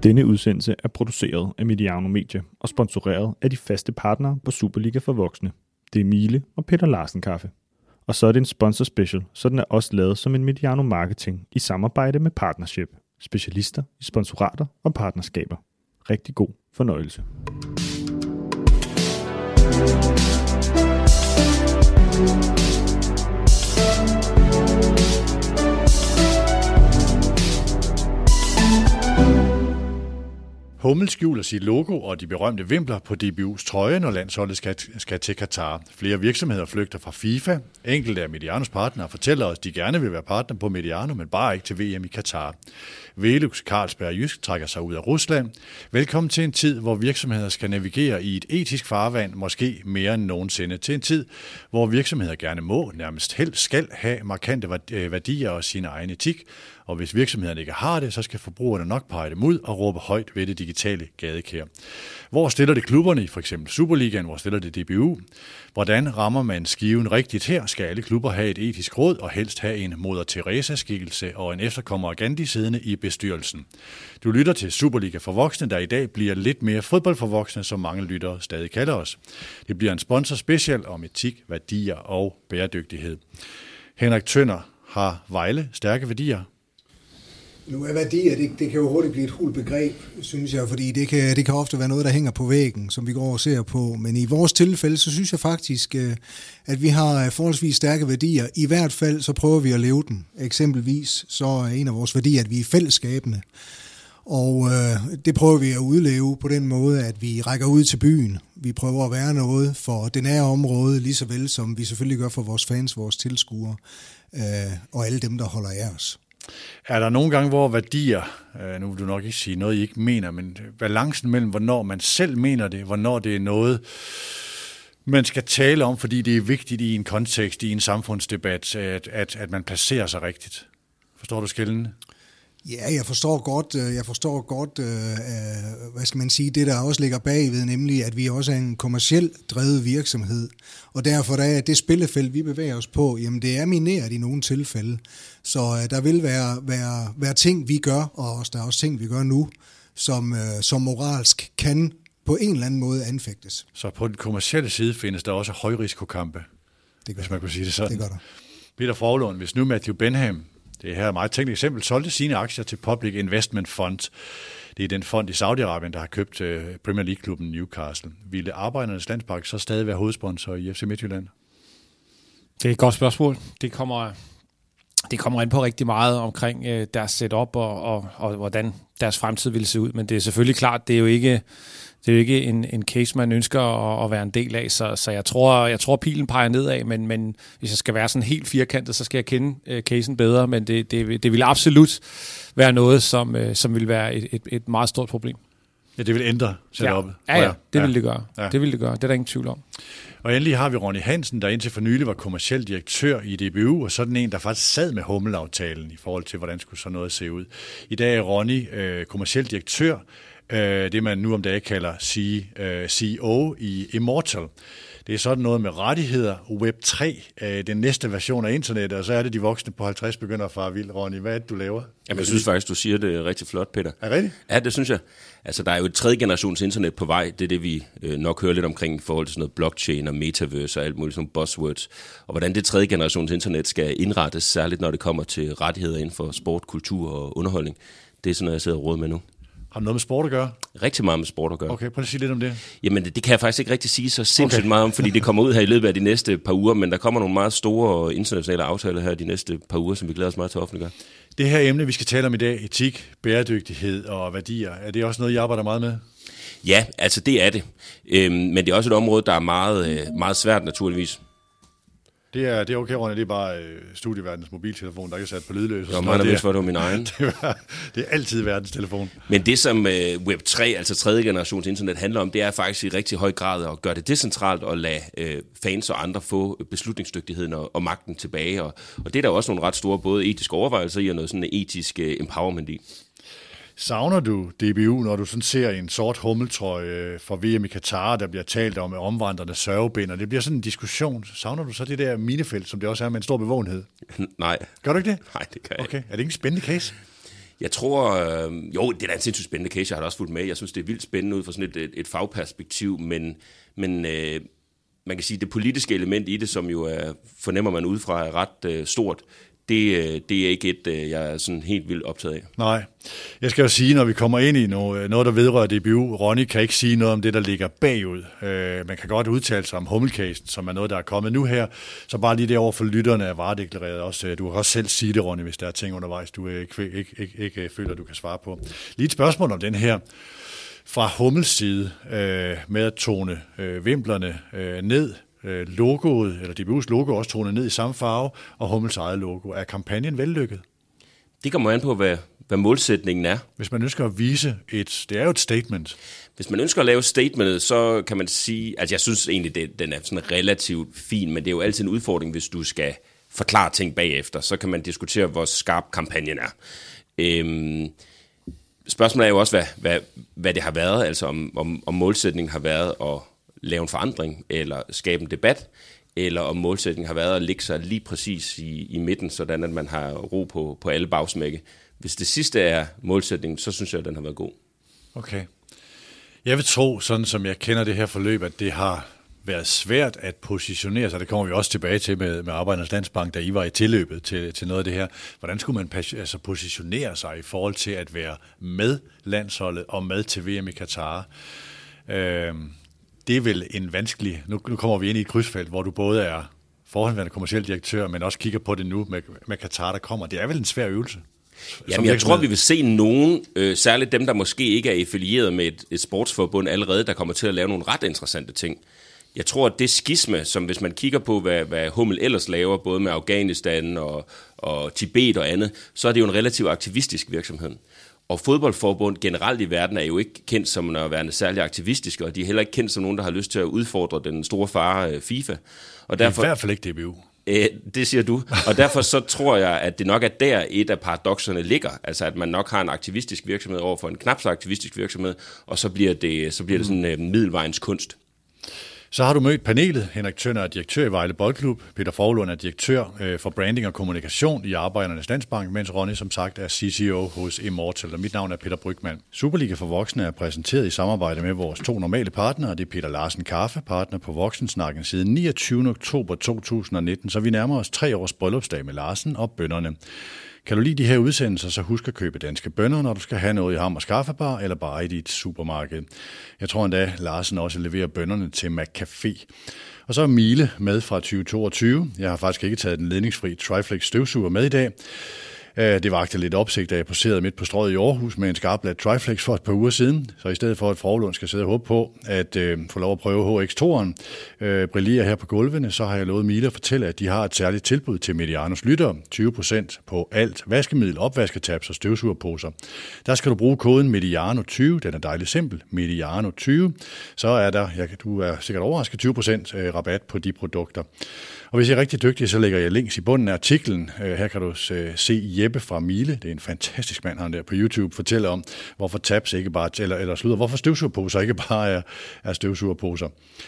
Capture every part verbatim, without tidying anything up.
Denne udsendelse er produceret af Mediano Media og sponsoreret af de faste partnere på Superliga for Voksne. Det er Miele og Peter Larsen Kaffe. Og så er det en sponsor special, så den er også lavet som en Mediano Marketing i samarbejde med Partnership, specialister i sponsorater og partnerskaber. Rigtig god fornøjelse. Hummel skjuler sit logo og de berømte vimpler på D B U's trøje, når landsholdet skal, skal til Katar. Flere virksomheder flygter fra FIFA. Enkelte af Medianos partnere fortæller os, at de gerne vil være partner på Mediano, men bare ikke til V M i Katar. Velux, Carlsberg og Jysk trækker sig ud af Rusland. Velkommen til en tid, hvor virksomheder skal navigere i et etisk farvand, måske mere end nogensinde. Til en tid, hvor virksomheder gerne må, nærmest helst skal have markante værdier og sin egen etik. Og hvis virksomhederne ikke har det, så skal forbrugerne nok pege dem ud og råbe højt ved det digitale gadekær. Hvor stiller det klubberne i for eksempel Superligaen? Hvor stiller det D B U? Hvordan rammer man skiven rigtigt her? Skal alle klubber have et etisk råd og helst have en Moder Teresa-skikkelse og en efterkommer af Gandhi siddende i bestyrelsen? Du lytter til Superliga for Voksne, der i dag bliver lidt mere fodbold for voksne, som mange lyttere stadig kalder os. Det bliver en sponsor special om etik, værdier og bæredygtighed. Henrik Tønder, har Vejle stærke værdier? Nu er værdier, det, det kan jo hurtigt blive et hult begreb, synes jeg, fordi det kan, det kan ofte være noget, der hænger på væggen, som vi går og ser på. Men i vores tilfælde, så synes jeg faktisk, at vi har forholdsvis stærke værdier. I hvert fald, så prøver vi at leve dem. Eksempelvis, så er en af vores værdier, at vi er fællesskabende. Og øh, det prøver vi at udleve på den måde, at vi rækker ud til byen. Vi prøver at være noget for det nære område, lige så vel som vi selvfølgelig gør for vores fans, vores tilskuere øh, og alle dem, der holder af os. Er der nogle gange, hvor værdier, øh, nu vil du nok ikke sige noget, I ikke mener, men balancen mellem, hvornår man selv mener det, hvornår det er noget, man skal tale om, fordi det er vigtigt i en kontekst, i en samfundsdebat, at, at, at man placerer sig rigtigt. Forstår du skillene? Ja, jeg forstår godt, jeg forstår godt, øh, hvad skal man sige, det der også ligger bagved, nemlig at vi også er en kommercielt drevet virksomhed, og derfor er det spillefelt, vi bevæger os på, jamen det er mineret i nogle tilfælde, så øh, der vil være, være, være ting, vi gør, og også, der er også ting, vi gør nu, som, øh, som moralsk kan på en eller anden måde anfægtes. Så på den kommercielle side findes der også højrisikokampe, det gør hvis man kunne sige det sådan. Det gør der. Peter Forlund, hvis nu Matthew Benham, det her er meget tænkt eksempel, solgte sine aktier til Public Investment Fund. Det er den fond i Saudi-Arabien, der har købt Premier League-klubben Newcastle. Ville Arbejdernes Landspark så stadig være hovedsponsor i F C Midtjylland? Det er et godt spørgsmål. Det kommer, det kommer ind på rigtig meget omkring deres setup og, og, og hvordan deres fremtid ville se ud. Men det er selvfølgelig klart, det er jo ikke... Det er jo ikke en, en case, man ønsker at, at være en del af, så, så jeg tror, jeg tror pilen peger nedad, men, men hvis jeg skal være sådan helt firkantet, så skal jeg kende uh, casen bedre, men det, det, det vil absolut være noget, som, uh, som vil være et, et, et meget stort problem. Ja, det vil ændre setup'et. Ja, ja, ja, det ja. vil det gøre. Ja. Det vil det gøre, det er der ingen tvivl om. Og endelig har vi Ronny Hansen, der indtil for nylig var kommerciel direktør i D B U, og sådan en, der faktisk sad med Hummel-aftalen i forhold til, hvordan skulle sådan noget se ud. I dag er Ronny øh, kommerciel direktør, det man nu om dagen kalder C E O i Immortal. Det er sådan noget med rettigheder, web tre, den næste version af internettet, og så er det de voksne på halvtreds begynder at fare vild. Ronny, hvad er det, du laver? Jamen, jeg synes faktisk, du siger det rigtig flot, Peter. Er det rigtigt? Ja, det synes jeg. Altså, der er jo et tredje generations internet på vej. Det er det, vi øh, nok hører lidt omkring i forhold til sådan noget blockchain og metaverse og alt muligt sådan buzzwords. Og hvordan det tredje generations internet skal indrettes, særligt når det kommer til rettigheder inden for sport, kultur og underholdning. Det er sådan noget, jeg sidder og råder med nu. Har det noget med sport at gøre? Rigtig meget med sport at gøre. Okay, prøv at sige lidt om det. Jamen, det, det kan jeg faktisk ikke rigtig sige så sindssygt okay. meget om, fordi det kommer ud her i løbet af de næste par uger, men der kommer nogle meget store internationale aftaler her de næste par uger, som vi glæder os meget til at offentliggøre. Det her emne, vi skal tale om i dag, etik, bæredygtighed og værdier, er det også noget, I arbejder meget med? Ja, altså det er det. Øhm, men det er også et område, der er meget, meget svært naturligvis. Det er, det er okay, Ronny. Det er bare øh, studieverdens mobiltelefon, der ikke er sat på lydløs. Jo, meget mindst var det jo min egen. det, er, det er altid verdens telefon. Men det, som øh, web tre, altså tredje generations internet, handler om, det er faktisk i rigtig høj grad at gøre det decentralt og lade øh, fans og andre få beslutningsdygtigheden og, og magten tilbage. Og, og det er der også nogle ret store både etiske overvejelser i og noget sådan etisk øh, empowerment i. Savner du D B U, når du sådan ser en sort hummeltrøje fra V M i Katar, der bliver talt om omvandrende sørgebind, og det bliver sådan en diskussion. Savner du så det der minefelt, som det også er med en stor bevågenhed? Nej. Gør du ikke det? Nej, det kan jeg okay. ikke. Er det ikke en spændende case? Jeg tror, øh, jo, det er da en sindssygt spændende case, jeg har da også fulgt med. Jeg synes, det er vildt spændende ud fra sådan et, et, et fagperspektiv, men, men øh, man kan sige, det politiske element i det, som jo er, fornemmer man udefra, er ret øh, stort. Det, det er ikke et, jeg er sådan helt vildt optaget af. Nej. Jeg skal jo sige, når vi kommer ind i noget, noget der vedrører D B U, Ronny kan ikke sige noget om det, der ligger bagud. Øh, man kan godt udtale sig om Hummelcasen, som er noget, der er kommet nu her. Så bare lige derovre for lytterne er varedeklareret også. Du kan også selv sige det, Ronny, hvis der er ting undervejs, du ikke, ikke, ikke, ikke føler, du kan svare på. Lige et spørgsmål om den her fra Hummels side øh, med at tone øh, vimplerne øh, ned. Logoet, eller D B U's logo også tonet ned i samme farve, og Hummels eget logo. Er kampagnen vellykket? Det kommer an på, hvad, hvad målsætningen er. Hvis man ønsker at vise et, det er jo et statement. Hvis man ønsker at lave statementet, så kan man sige, altså jeg synes egentlig, det, den er sådan relativt fin, men det er jo altid en udfordring, hvis du skal forklare ting bagefter. Så kan man diskutere, hvor skarp kampagnen er. Øhm, spørgsmålet er jo også, hvad, hvad, hvad det har været, altså om, om, om målsætningen har været at lave en forandring, eller skabe en debat, eller om målsætningen har været at lægge sig lige præcis i, i midten, sådan at man har ro på, på alle bagsmække. Hvis det sidste er målsætningen, så synes jeg, at den har været god. Okay. Jeg vil tro, sådan som jeg kender det her forløb, at det har været svært at positionere sig. Det kommer vi også tilbage til med, med Arbejdernes Landsbank, da I var i tilløbet til, til noget af det her. Hvordan skulle man altså positionere sig i forhold til at være med landsholdet og med til V M i Katar? Øh, Det er vel en vanskelig... Nu, nu kommer vi ind i et krydsfelt, hvor du både er forhåndværende kommerciel direktør, men også kigger på det nu med, med Katar, der kommer. Det er vel en svær øvelse? Jamen, jeg tror, vi vil se nogen, øh, særligt dem, der måske ikke er affilieret med et, et sportsforbund allerede, der kommer til at lave nogle ret interessante ting. Jeg tror, at det skisme, som hvis man kigger på, hvad, hvad Hummel ellers laver, både med Afghanistan og, og Tibet og andet, så er det jo en relativt aktivistisk virksomhed. Og fodboldforbund generelt i verden er jo ikke kendt som at være særlig aktivistiske, og de er heller ikke kendt som nogen, der har lyst til at udfordre den store fare FIFA. Og derfor, i hvert fald ikke D B U. Øh, det siger du. Og derfor så tror jeg, at det nok er der et af paradokserne ligger. Altså at man nok har en aktivistisk virksomhed over for en knap så aktivistisk virksomhed, og så bliver det, så bliver det sådan en uh, middelvejens kunst. Så har du mødt panelet. Henrik Tønder er direktør i Vejle Boldklub. Peter Forlund er direktør øh, for branding og kommunikation i Arbejdernes Landsbank, mens Ronny som sagt er C C O hos Immortal. Og mit navn er Peter Brygmann. Superliga for Voksne er præsenteret i samarbejde med vores to normale partnere. Det er Peter Larsen Kaffe, partner på Voksensnakken siden niogtyvende oktober to tusind og nitten. Så vi nærmer os tre års bryllupsdag med Larsen og bønnerne. Kan du lide de her udsendelser, så husk at købe danske bønner, når du skal have noget i Hammers Kaffebar eller bare i dit supermarked. Jeg tror endda, Larsen også leverer bønnerne til McCafé. Og så er Miele med fra tyve toogtyve. Jeg har faktisk ikke taget den ledningsfri Triflex støvsuger med i dag. Det vagte lidt opsigt, da jeg poserede midt på strøget i Aarhus med en skarplat Triflex for et par uger siden. Så i stedet for, at Forlund skal sidde og håbe på at øh, få lov at prøve H X toeren, øh, brillerer her på gulvene, så har jeg lovet Miele at fortælle, at de har et særligt tilbud til Medianos lyttere. tyve procent på alt vaskemiddel, opvasketabs og støvsugerposer. Der skal du bruge koden Mediano tyve, den er dejligt simpel, Mediano tyve. Så er der, jeg, du er sikkert overrasket, tyve procent rabat på de produkter. Og hvis I er rigtig dygtige, så lægger jeg links i bunden af artiklen. Her kan du se Jeppe fra Miele, det er en fantastisk mand, han der på YouTube, fortæller om, hvorfor tabs ikke bare, eller, eller slutter, hvorfor støvsugerposer ikke bare er, er støvsugerposer.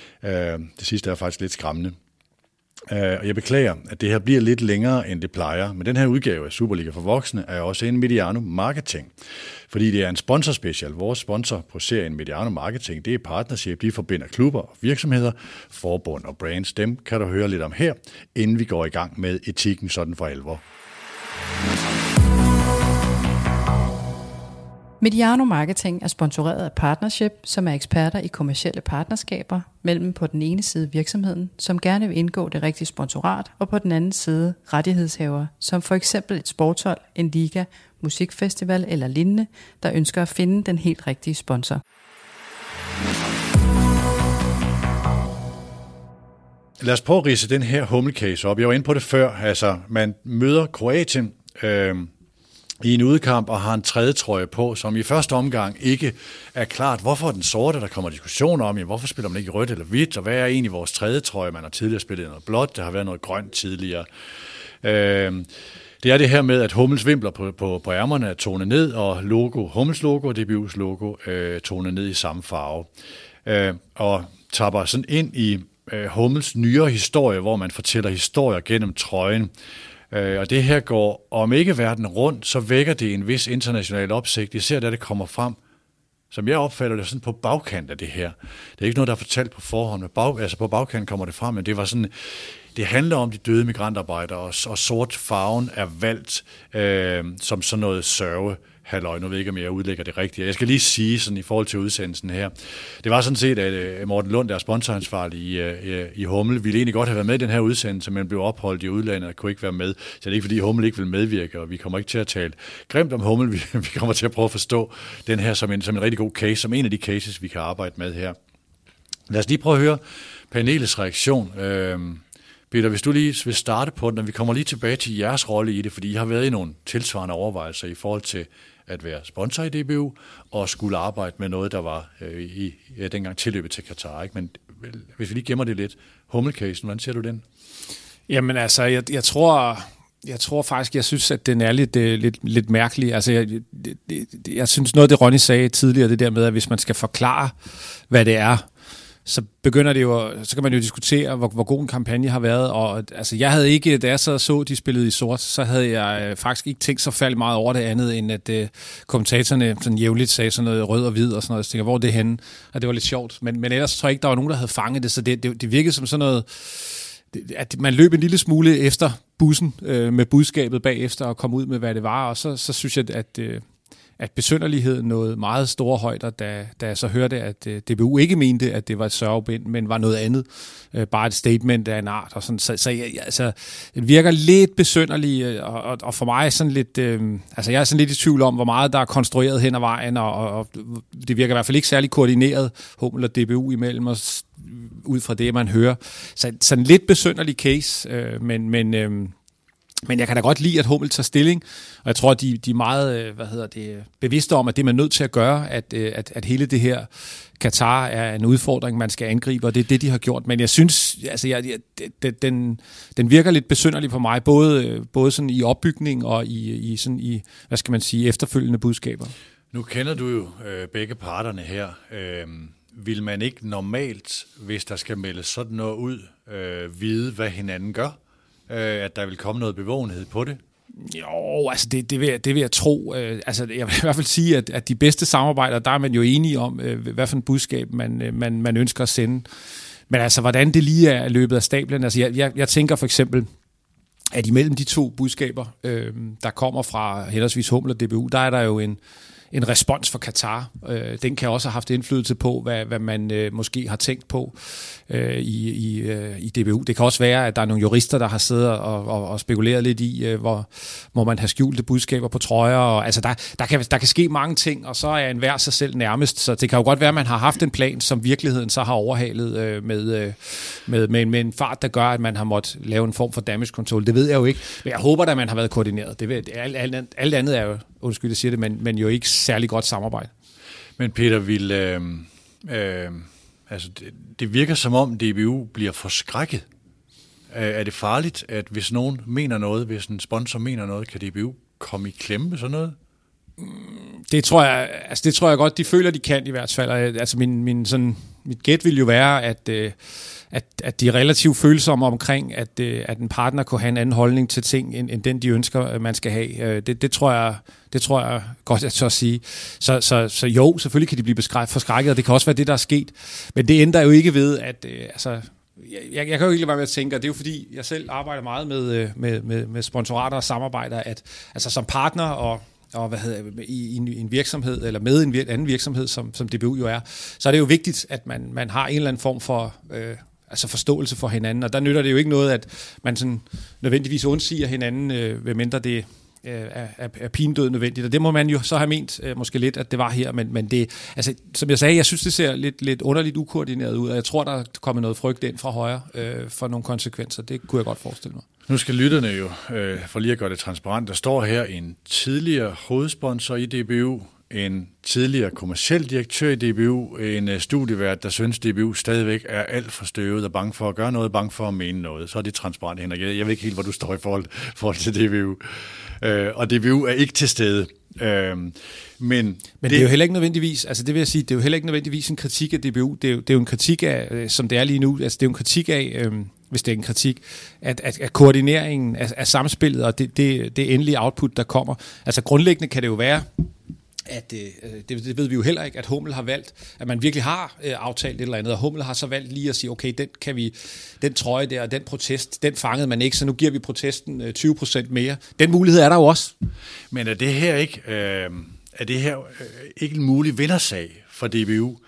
Det sidste er faktisk lidt skræmmende. Og jeg beklager, at det her bliver lidt længere, end det plejer, men den her udgave af Superliga for Voksne er også en Mediano Marketing, fordi det er en sponsorspecial. Vores sponsor på serien Mediano Marketing, det er partnership, de forbinder klubber og virksomheder, forbund og brands. Dem kan du høre lidt om her, inden vi går i gang med etikken sådan for alvor. Mediano Marketing er sponsoreret af Partnership, som er eksperter i kommercielle partnerskaber mellem på den ene side virksomheden, som gerne vil indgå det rigtige sponsorat, og på den anden side rettighedshavere, som for eksempel et sportshold, en liga, musikfestival eller lignende, der ønsker at finde den helt rigtige sponsor. Lad os prøve at ridse den her Hummel-case op. Jeg var inde på det før. Altså, man møder Kroatien øh, i en udkamp og har en tredje trøje på, som i første omgang ikke er klart. Hvorfor er den sorte? Der kommer diskussioner om, jamen, hvorfor spiller man ikke rødt eller hvidt? Og hvad er egentlig vores tredje trøje? Man har tidligere spillet noget blåt, der har været noget grønt tidligere. Øh, det er det her med, at Hummels vimpler på, på, på ærmerne er tonet ned, og logo, Hummels logo og D B U's logo øh, tonet ned i samme farve. Øh, og tapper sådan ind i øh, Hummels nyere historie, hvor man fortæller historier gennem trøjen. Øh, og det her går, om ikke verden rundt, så vækker det en vis international opsigt, især da det kommer frem, som jeg opfatter det sådan på bagkant af det her. Det er ikke noget, der er fortalt på forhånd, men bag, altså på bagkant kommer det frem, men det var sådan, det handler om de døde migrantarbejdere, og, og sort farven er valgt øh, som sådan noget sørge. Halløj, nu ved jeg ikke, om jeg udlægger det rigtigt. Jeg skal lige sige sådan i forhold til udsendelsen her. Det var sådan set, at Morten Lund, der er sponsoransvarlig i, i, i Hummel, ville egentlig godt have været med i den her udsendelse, men blev opholdt i udlandet og kunne ikke være med. Så det er ikke, fordi Hummel ikke vil medvirke, og vi kommer ikke til at tale grimt om Hummel. Vi, vi kommer til at prøve at forstå den her som en, som en rigtig god case, som en af de cases, vi kan arbejde med her. Lad os lige prøve at høre panelets reaktion. Øh, Peter, hvis du lige vil starte på den, og vi kommer lige tilbage til jeres rolle i det, fordi I har været i nogle tilsvarende overvejelser i forhold til at være sponsor i D B U, og skulle arbejde med noget, der var øh, i ja, dengang tilløbet til Katar. Ikke? Men hvis vi lige gemmer det lidt, Hummel-casen, hvordan ser du den? Jamen altså, jeg, jeg tror... Jeg tror faktisk, jeg synes, at den er lidt, lidt, lidt mærkelig. Altså, jeg, det, det, jeg synes noget, det Ronny sagde tidligere, det der med, at hvis man skal forklare, hvad det er, så begynder det jo, så kan man jo diskutere, hvor, hvor god en kampagne har været. Og altså, jeg havde ikke, da jeg så så, de spillede i sort, så havde jeg faktisk ikke tænkt så færdig meget over det andet, end at uh, kommentatorerne sådan jævnligt sagde sådan noget rød og hvid og sådan noget. Så tænker, hvor er det henne? Og det var lidt sjovt. Men, men ellers tror jeg ikke, der var nogen, der havde fanget det. Så det, det, det virkede som sådan noget, at man løb en lille smule efter bussen øh, med budskabet bagefter og kom ud med, hvad det var. Og så, så synes jeg, at... Øh, at besynderligheden nåede meget store højder, da, da jeg så hørte, at uh, D B U ikke mente, at det var et sørgebind, men var noget andet. Uh, bare et statement af en art. Og sådan. Så, så jeg, altså, det virker lidt besynderligt, og, og, og for mig er sådan lidt... Uh, altså, jeg er sådan lidt i tvivl om, hvor meget der er konstrueret hen ad vejen, og, og, og det virker i hvert fald ikke særlig koordineret, Hummel og D B U imellem os, ud fra det, man hører. Så sådan en lidt besynderlig case, uh, men... men uh, Men jeg kan da godt lide, at Hummel tager stilling, og jeg tror, at de, de er meget hvad hedder det, bevidste om, at det er man nødt til at gøre, at, at, at hele det her Katar er en udfordring, man skal angribe, og det er det, de har gjort. Men jeg synes, altså, jeg, jeg, den, den virker lidt besynderlig på mig, både, både sådan i opbygning og i, i, sådan i, hvad skal man sige, efterfølgende budskaber. Nu kender du jo øh, begge parterne her. Øh, vil man ikke normalt, hvis der skal meldes sådan noget ud, øh, vide, hvad hinanden gør? At der vil komme noget bevågenhed på det? Jo, altså det, det, vil, jeg, det vil jeg tro. Altså jeg vil i hvert fald sige, at, at de bedste samarbejder, der er man jo enige om, hvad for en budskab man, man, man ønsker at sende. Men altså, hvordan det lige er løbet af stablen. Altså jeg, jeg, jeg tænker for eksempel, at imellem de to budskaber, øh, der kommer fra henholdsvis Hummel og D B U, der er der jo en en respons for Katar. Øh, den kan også have haft indflydelse på, hvad, hvad man øh, måske har tænkt på øh, i, i, øh, i D B U. Det kan også være, at der er nogle jurister, der har siddet og, og, og spekuleret lidt i, øh, hvor må man have skjulte budskaber på trøjer. Og, altså, der, der, kan, der kan ske mange ting, og så er enhver sig selv nærmest. Så det kan jo godt være, at man har haft en plan, som virkeligheden så har overhalet øh, med, øh, med, med, med en fart, der gør, at man har måttet lave en form for damage control. Det ved jeg jo ikke. Men jeg håber, at man har været koordineret. Det ved, alt, alt, alt andet er jo, undskyld, jeg siger det, men, men jo ikke særlig godt samarbejde. Men Peter, vil, øh, øh, altså det, det virker som om D B U bliver forskrækket. Øh, er det farligt, at hvis nogen mener noget, hvis en sponsor mener noget, kan D B U komme i klemme med sådan noget? Det tror jeg, altså det tror jeg godt, de føler, de kan i hvert fald. Altså min, min sådan, mit gæt vil jo være, at, at, at de er relativt følsomme omkring, at, at en partner kunne have en anden holdning til ting, end, end den, de ønsker, man skal have. Det, det, tror, jeg, det tror jeg godt, jeg tør sige. Så, så, så jo, selvfølgelig kan de blive forskrækket, og det kan også være det, der er sket. Men det ændrer jo ikke ved, at... Altså, Jeg, jeg kan jo ikke lade være med at tænke, og det er jo fordi, jeg selv arbejder meget med, med, med, med sponsorater og samarbejder, at altså som partner og, og hvad hedder, i, i en virksomhed, eller med en vir, anden virksomhed, som, som D B U jo er, så er det jo vigtigt, at man, man har en eller anden form for øh, altså forståelse for hinanden, og der nytter det jo ikke noget, at man sådan nødvendigvis undsiger hinanden, øh, ved mindre det er, er, er pinedød nødvendigt, og det må man jo så have ment øh, måske lidt, at det var her, men, men det, altså som jeg sagde, jeg synes, det ser lidt, lidt underligt ukoordineret ud, og jeg tror, der er kommet noget frygt ind fra højre øh, for nogle konsekvenser, det kunne jeg godt forestille mig. Nu skal lytterne jo, øh, for lige at gøre det transparent, der står her en tidligere hovedsponsor i D B U, en tidligere kommerciel direktør i D B U, en uh, studievært, der synes, D B U stadigvæk er alt for støvet og bange for at gøre noget, bange for at mene noget. Så er det transparent, Henrik. Jeg ved ikke helt, hvor du står i forhold, forhold til D B U. Uh, og D B U er ikke til stede. Uh, men men det, det er jo heller ikke nødvendigvis, altså det vil jeg sige, det er jo heller ikke nødvendigvis en kritik af D B U. Det er jo, det er jo en kritik af, som det er lige nu, altså det er jo en kritik af, øhm, hvis det er en kritik, at, at, at koordineringen af, af samspillet og det, det, det endelige output, der kommer. Altså grundlæggende kan det jo være, at øh, det, det ved vi jo heller ikke, at Hummel har valgt, at man virkelig har øh, aftalt et eller andet, og Hummel har så valgt lige at sige, okay, den kan vi, den trøje der, den protest, den fangede man ikke, så nu giver vi protesten øh, tyve procent mere. Den mulighed er der jo også. Men er det her ikke, øh, er det her øh, ikke en mulig vindersag for D B U,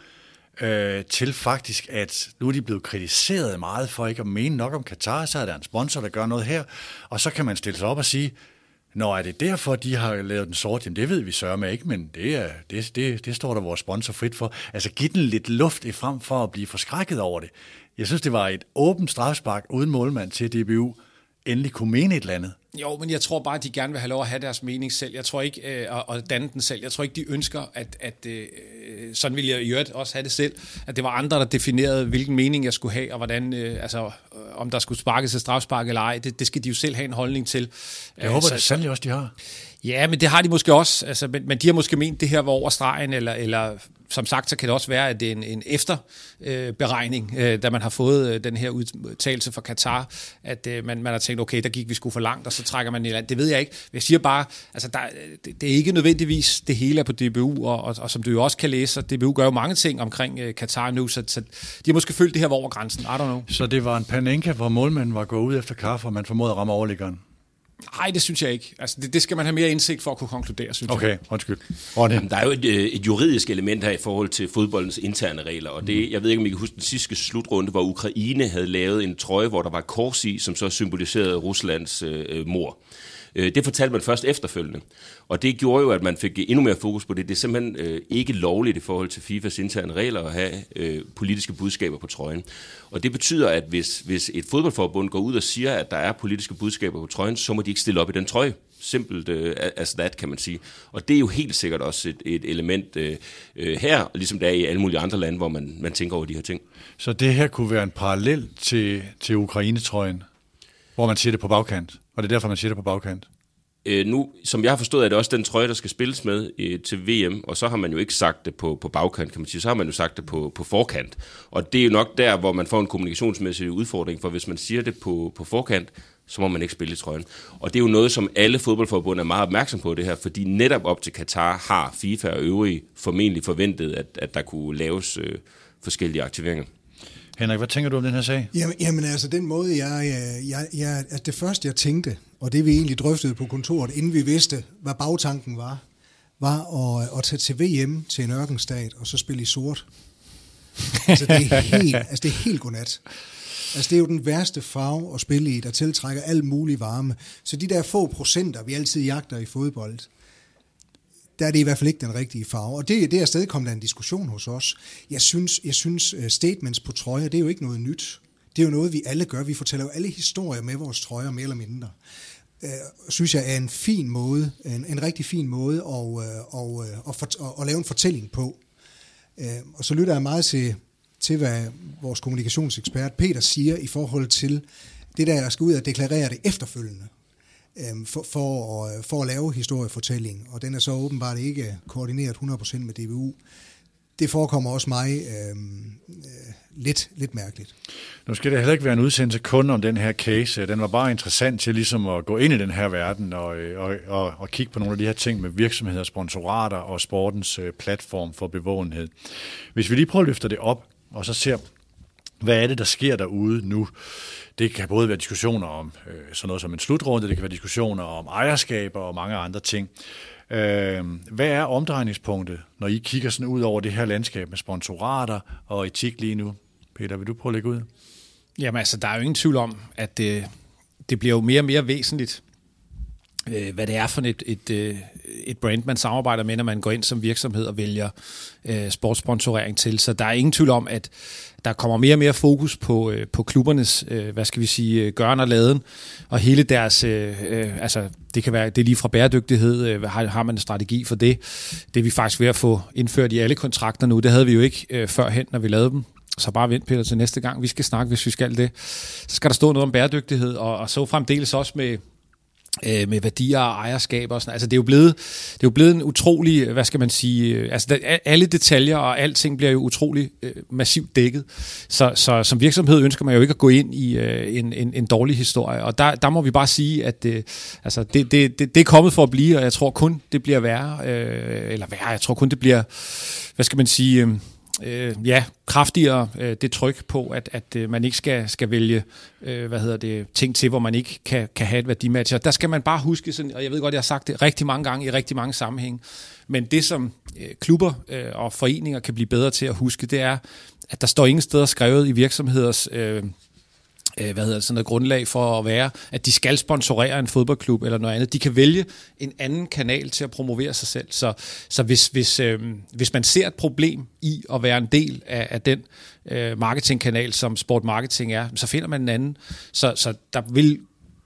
øh, til faktisk, at nu er de blevet kritiseret meget for ikke at mene nok om Katar, så er der en sponsor, der gør noget her, og så kan man stille sig op og sige, nå, er det derfor, de har lavet den sort? Jamen, det ved vi sørme ikke, men det, er, det, det, det står der vores sponsor frit for. Altså, giv den lidt luft i frem for at blive forskrækket over det. Jeg synes, det var et åbent strafspark uden målmand til D B U endelig kunne mene et eller andet. Jo, men jeg tror bare, at de gerne vil have lov at have deres mening selv. Jeg tror ikke, øh, og danne den selv. Jeg tror ikke, de ønsker, at, at øh, sådan ville jeg i øvrigt også have det selv, at det var andre, der definerede, hvilken mening jeg skulle have, og hvordan, øh, altså, øh, om der skulle sparkes et strafspark eller ej. Det, det skal de jo selv have en holdning til. Jeg håber, så, det sandelig også, de har. Ja, men det har de måske også. Altså, men, men de har måske ment, det her var over stregen, eller, eller som sagt, så kan det også være, at det er en, en efterberegning, øh, øh, da man har fået øh, den her udtalelse fra Katar, at øh, man, man har tænkt, okay, der gik vi sgu for langt, og så trækker man i land. Det ved jeg ikke. Jeg siger bare, altså, der, det, det er ikke nødvendigvis det hele er på D B U, og, og, og som du jo også kan læse, D B U gør jo mange ting omkring øh, Katar nu, så, så de har måske følt, det her var over grænsen. I don't know. Så det var en Panenka, hvor målmanden var gået ud efter kaffe, og man formåede at ramme overliggeren? Nej, det synes jeg ikke. Altså, det, det skal man have mere indsigt for at kunne konkludere, synes okay, jeg. Okay, undskyld. Jamen, der er jo et, et juridisk element her i forhold til fodboldens interne regler, og det, jeg ved ikke, om I kan huske den sidste slutrunde, hvor Ukraine havde lavet en trøje, hvor der var kors i, som så symboliserede Ruslands øh, mor. Det fortalte man først efterfølgende, og det gjorde jo, at man fik endnu mere fokus på det. Det er simpelthen øh, ikke lovligt i forhold til FIFAs interne regler at have øh, politiske budskaber på trøjen. Og det betyder, at hvis, hvis et fodboldforbund går ud og siger, at der er politiske budskaber på trøjen, så må de ikke stille op i den trøje. Simpelt øh, as that, kan man sige. Og det er jo helt sikkert også et, et element øh, her, ligesom det er i alle mulige andre lande, hvor man, man tænker over de her ting. Så det her kunne være en parallel til, til Ukraine-trøjen, hvor man siger det på bagkant? Og det er derfor, man siger det på bagkant? Øh, nu, som jeg har forstået, er det også den trøje, der skal spilles med øh, til V M, og så har man jo ikke sagt det på, på bagkant, kan man sige. Så har man jo sagt det på, på forkant. Og det er jo nok der, hvor man får en kommunikationsmæssig udfordring, for hvis man siger det på, på forkant, så må man ikke spille i trøjen. Og det er jo noget, som alle fodboldforbund er meget opmærksom på det her, fordi netop op til Katar har FIFA og øvrige formentlig forventet, at, at der kunne laves øh, forskellige aktiveringer. Henrik, hvad tænker du om den her sag? Jamen, jamen altså, den måde, jeg, jeg, jeg, at det første, jeg tænkte, og det vi egentlig drøftede på kontoret, inden vi vidste, hvad bagtanken var, var at, at tage til V M til en ørkenstat, og så spille i sort. Altså, det er helt, altså, det er helt godnat. Altså, det er jo den værste farve at spille i, der tiltrækker al mulig varme. Så de der få procenter, vi altid jagter i fodbold, der er det i hvert fald ikke den rigtige farve. Og det, det er stadig kommet der en diskussion hos os. Jeg synes, jeg synes statements på trøjer, det er jo ikke noget nyt. Det er jo noget, vi alle gør. Vi fortæller jo alle historier med vores trøjer, mere eller mindre. Øh, synes jeg er en fin måde, en, en rigtig fin måde at, og, og, for, at, at lave en fortælling på. Øh, og så lytter jeg meget til, til, hvad vores kommunikationsekspert Peter siger i forhold til det der, jeg skal ud og deklarere det efterfølgende. For, for, at, for at lave historiefortælling, og den er så åbenbart ikke koordineret hundrede procent med D B U. Det forekommer også mig øh, øh, lidt, lidt mærkeligt. Nu skal det heller ikke være en udsendelse kun om den her case. Den var bare interessant til ligesom at gå ind i den her verden og, og, og, og kigge på nogle af de her ting med virksomheder, sponsorater og sportens øh, platform for bevågenhed. Hvis vi lige prøver at løfte det op, og så ser, hvad er det, der sker derude nu? Det kan både være diskussioner om øh, sådan noget som en slutrunde, det kan være diskussioner om ejerskaber og mange andre ting. Øh, hvad er omdrejningspunktet, når I kigger sådan ud over det her landskab med sponsorater og etik lige nu? Peter, vil du prøve at lægge ud? Jamen altså, der er jo ingen tvivl om, at det, det bliver jo mere og mere væsentligt, øh, hvad det er for et, et, et brand, man samarbejder med, når man går ind som virksomhed og vælger øh, sportssponsorering til. Så der er ingen tvivl om, at der kommer mere og mere fokus på, øh, på klubbernes, øh, hvad skal vi sige, gøren og laden, og hele deres, øh, øh, altså det kan være, det er lige fra bæredygtighed, øh, har, har man en strategi for det. Det er vi faktisk ved at få indført i alle kontrakter nu, det havde vi jo ikke øh, førhen, når vi lavede dem. Så bare vent, Peter, til næste gang, vi skal snakke, hvis vi skal det. Så skal der stå noget om bæredygtighed, og, og så fremdeles også med med værdier og ejerskaber og sådan. Altså det er jo blevet det er jo blevet en utrolig, hvad skal man sige, altså der, alle detaljer og alting bliver jo utrolig øh, massivt dækket. Så, så som virksomhed ønsker man jo ikke at gå ind i øh, en, en, en dårlig historie, og der, der må vi bare sige, at øh, altså det, det, det, det er kommet for at blive, og jeg tror kun det bliver værre, øh, eller værre, jeg tror kun det bliver, hvad skal man sige, øh, Øh, ja, kraftigere øh, det tryk på, at, at øh, man ikke skal, skal vælge øh, hvad hedder det, ting til, hvor man ikke kan, kan have et værdimatch. Og der skal man bare huske, sådan, og jeg ved godt, jeg har sagt det rigtig mange gange i rigtig mange sammenhænge, men det som øh, klubber øh, og foreninger kan blive bedre til at huske, det er, at der står ingen steder skrevet i virksomheders øh, hvad hedder det, sådan noget grundlag for at være, at de skal sponsorere en fodboldklub eller noget andet. De kan vælge en anden kanal til at promovere sig selv. Så, så hvis, hvis, øh, hvis man ser et problem i at være en del af, af den øh, marketingkanal, som Sport Marketing er, så finder man en anden. Så, så der vil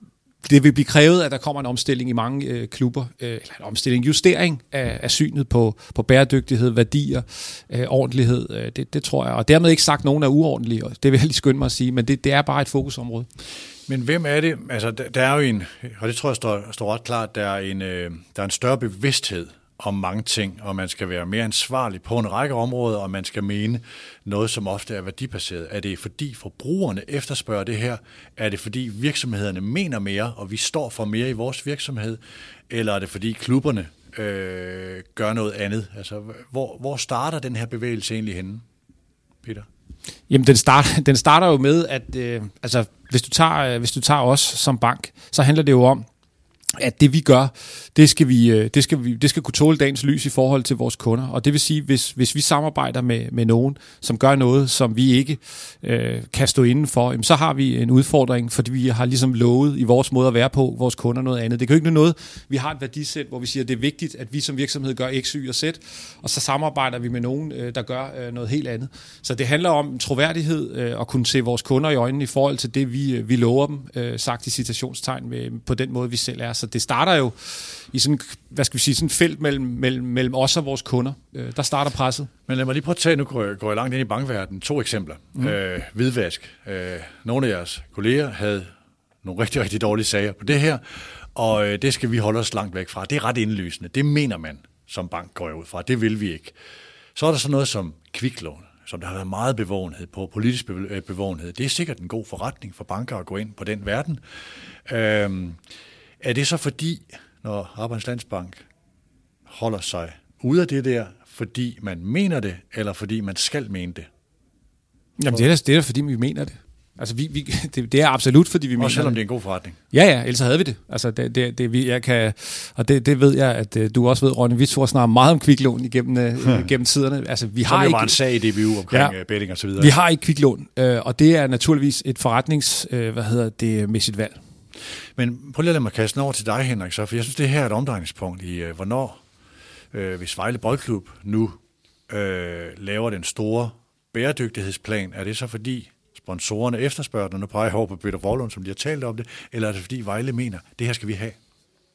det vil blive krævet, at der kommer en omstilling i mange øh, klubber, øh, eller en omstilling, justering af, af synet på, på bæredygtighed, værdier, øh, ordentlighed, øh, det, det tror jeg. Og dermed ikke sagt, at nogen er uordentlige, og det vil jeg lige skynde mig at sige, men det, det er bare et fokusområde. Men hvem er det? Altså, der er jo en, og det tror jeg står, står ret klart, der er, en, øh, der er en større bevidsthed om mange ting, og man skal være mere ansvarlig på en række områder, og man skal mene noget, som ofte er værdibaseret. Er det fordi forbrugerne efterspørger det her? Er det fordi virksomhederne mener mere, og vi står for mere i vores virksomhed? Eller er det fordi klubberne øh, gør noget andet? Altså, hvor, hvor starter den her bevægelse egentlig henne, Peter? Jamen, den starter, den starter jo med, at øh, altså, hvis, du tager, hvis du tager os som bank, så handler det jo om, at det vi gør, det skal vi, det skal vi, det skal kunne tåle dagens lys i forhold til vores kunder. Og det vil sige, hvis hvis vi samarbejder med med nogen, som gør noget, som vi ikke øh, kan stå inden for, jamen, så har vi en udfordring, fordi vi har ligesom lovet i vores måde at være på vores kunder noget andet. Det kan jo ikke noget, vi har et værdisæt, hvor vi siger, at det er vigtigt, at vi som virksomhed gør X, Y og Z, og så samarbejder vi med nogen, øh, der gør øh, noget helt andet. Så det handler om troværdighed øh, og kunne se vores kunder i øjnene i forhold til det, vi vi lover dem, øh, sagt i citationstegn med, på den måde, vi selv er. Så det starter jo i sådan, hvad skal vi sige, sådan et felt mellem, mellem, mellem os og vores kunder. Øh, der starter presset. Men lad mig lige prøve at tage, nu går jeg, går jeg langt ind i bankverdenen, to eksempler. Mm. Øh, hvidvask. Øh, nogle af jeres kolleger havde nogle rigtig, rigtig dårlige sager på det her, og øh, det skal vi holde os langt væk fra. Det er ret indlysende. Det mener man som bank, går jeg ud fra. Det vil vi ikke. Så er der så noget som kviklån, som der har været meget bevågenhed på, politisk bevågenhed. Det er sikkert en god forretning for banker at gå ind på den verden. Øh, Er det så fordi, når Arbejdernes Landsbank holder sig ude af det der, fordi man mener det, eller fordi man skal mene det? Jamen det er da, det er da fordi vi mener det. Altså vi, vi, det, det er absolut fordi vi mener det. Også selvom det er en god forretning. Ja, ja, ellers havde vi det. Altså det, det, det vi, jeg kan, og det, det ved jeg, at du også ved, Ronny. Vi tror snart meget om kviklån igennem hmm. gennem tiderne. Altså vi har Som ikke var en sag i D B U omkring ja, betting og så videre. Vi har ikke kviklån, og det er naturligvis et forretnings, hvad hedder det, mæssigt valg. Men prøv lige at lade mig kaste over til dig, Henrik, så, for jeg synes, det her er et omdrejningspunkt i, øh, hvornår, øh, hvis Vejle Boldklub nu øh, laver den store bæredygtighedsplan, er det så fordi sponsorerne efterspørger den, og nu peger jeg over på Peter Forlund, som de har talt om det, eller er det fordi Vejle mener, det her skal vi have?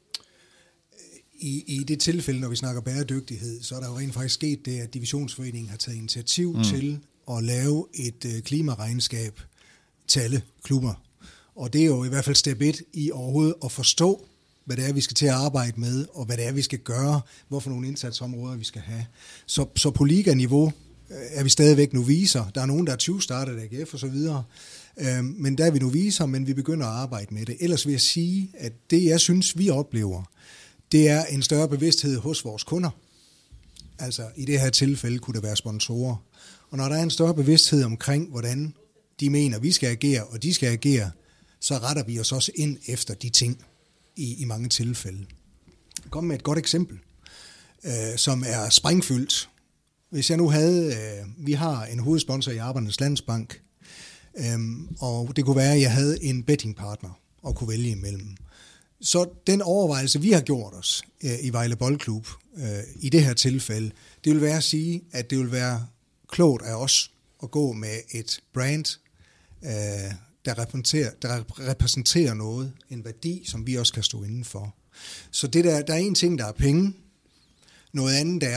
I, I det tilfælde, når vi snakker bæredygtighed, så er der jo rent faktisk sket det, at Divisionsforeningen har taget initiativ mm. til at lave et øh, klimaregnskab til alle klubber. Og det er jo i hvert fald step et i overhovedet at forstå, hvad det er, vi skal til at arbejde med, og hvad det er, vi skal gøre, hvorfor nogle indsatsområder vi skal have. Så, så på liganiveau er vi stadigvæk noviser. Der er nogen, der er tyve startet A G F og så videre. Men der er vi noviser, men vi begynder at arbejde med det. Ellers vil jeg sige, at det, jeg synes, vi oplever, det er en større bevidsthed hos vores kunder. Altså i det her tilfælde kunne det være sponsorer. Og når der er en større bevidsthed omkring, hvordan de mener, vi skal agere, og de skal agere, så retter vi os også ind efter de ting i, i mange tilfælde. Jeg kommer med et godt eksempel, øh, som er sprængfyldt. Hvis jeg nu havde, øh, vi har en hovedsponsor i Arbejdernes Landsbank, øh, og det kunne være, at jeg havde en bettingpartner at kunne vælge imellem. Så den overvejelse, vi har gjort os øh, i Vejle Boldklub øh, i det her tilfælde, det vil være at sige, at det vil være klogt af os at gå med et brand, øh, Der repræsenterer, der repræsenterer noget, en værdi, som vi også kan stå inden for. Så det der, der er en ting, der er penge. Noget andet er,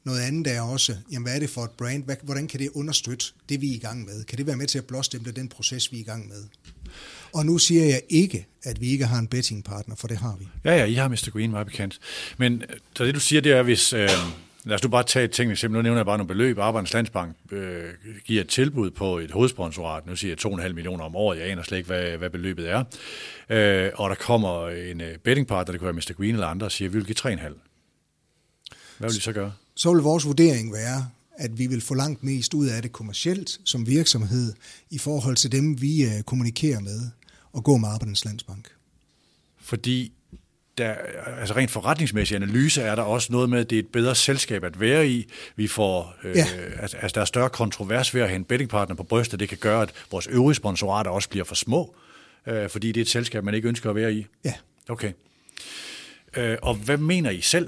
Noget andet er også, jamen, hvad er det for et brand? Hvordan kan det understøtte det, vi er i gang med? Kan det være med til at blåstemple den proces, vi er i gang med? Og nu siger jeg ikke, at vi ikke har en bettingpartner, for det har vi. Ja, ja, I har mister Green meget bekendt. Men så det, du siger, det er, hvis... Øh, lad os nu bare tage et ting, eksempel. Nu nævner jeg bare nogle beløb. Arbejdernes Landsbank øh, giver et tilbud på et hovedsponsorat. Nu siger jeg to komma fem millioner om året. Jeg aner slet ikke, hvad, hvad beløbet er. Øh, og der kommer en uh, bettingpartner, det kunne være mister Green eller andre, og siger, at vi vil give tre komma fem. Hvad vil I så gøre? Så vil vores vurdering være, at vi vil få langt mest ud af det kommercielt som virksomhed i forhold til dem, vi uh, kommunikerer med og går med Arbejdernes Landsbank. Fordi der, altså rent forretningsmæssig analyse er der også noget med, at det er et bedre selskab at være i. Vi får, øh, ja. altså, altså der er større kontrovers ved at have en bettingpartner på brystet. Det kan gøre, at vores øvrige sponsorater også bliver for små, øh, fordi det er et selskab, man ikke ønsker at være i. Ja. Okay. Øh, og hvad mener I selv?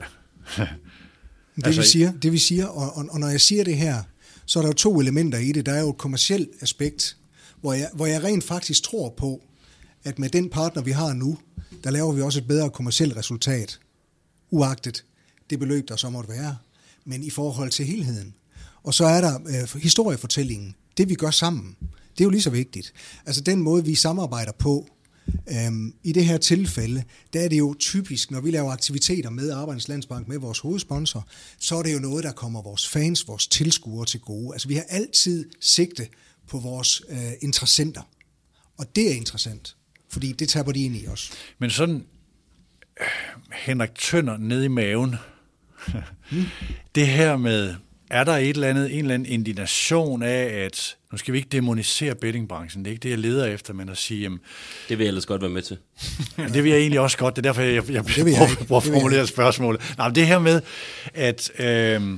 det, altså, vi siger, det vi siger, og, og, og når jeg siger det her, så er der jo to elementer i det. Der er jo et kommercielt aspekt, hvor jeg, hvor jeg rent faktisk tror på, at med den partner, vi har nu, der laver vi også et bedre kommercielt resultat, uagtet det beløb, der så måtte være, men i forhold til helheden. Og så er der øh, historiefortællingen. Det, vi gør sammen, det er jo lige så vigtigt. Altså den måde, vi samarbejder på, øhm, i det her tilfælde, der er det jo typisk, når vi laver aktiviteter med Arbejdernes Landsbank, med vores hovedsponsor, så er det jo noget, der kommer vores fans, vores tilskuere til gode. Altså vi har altid sigte på vores øh, interessenter. Og det er interessant. Fordi det taber de ind i os. Men sådan, Henrik Tønder nede i maven, mm. det her med, er der et eller andet, en eller anden indignation af, at nu skal vi ikke dæmonisere bettingbranchen, det er ikke det, jeg leder efter, men at sige, jamen, det vil jeg ellers godt være med til. Det vil jeg egentlig også godt, det er derfor, jeg, jeg prøver at formulere spørgsmålet. Nej, men det her med, at, øh,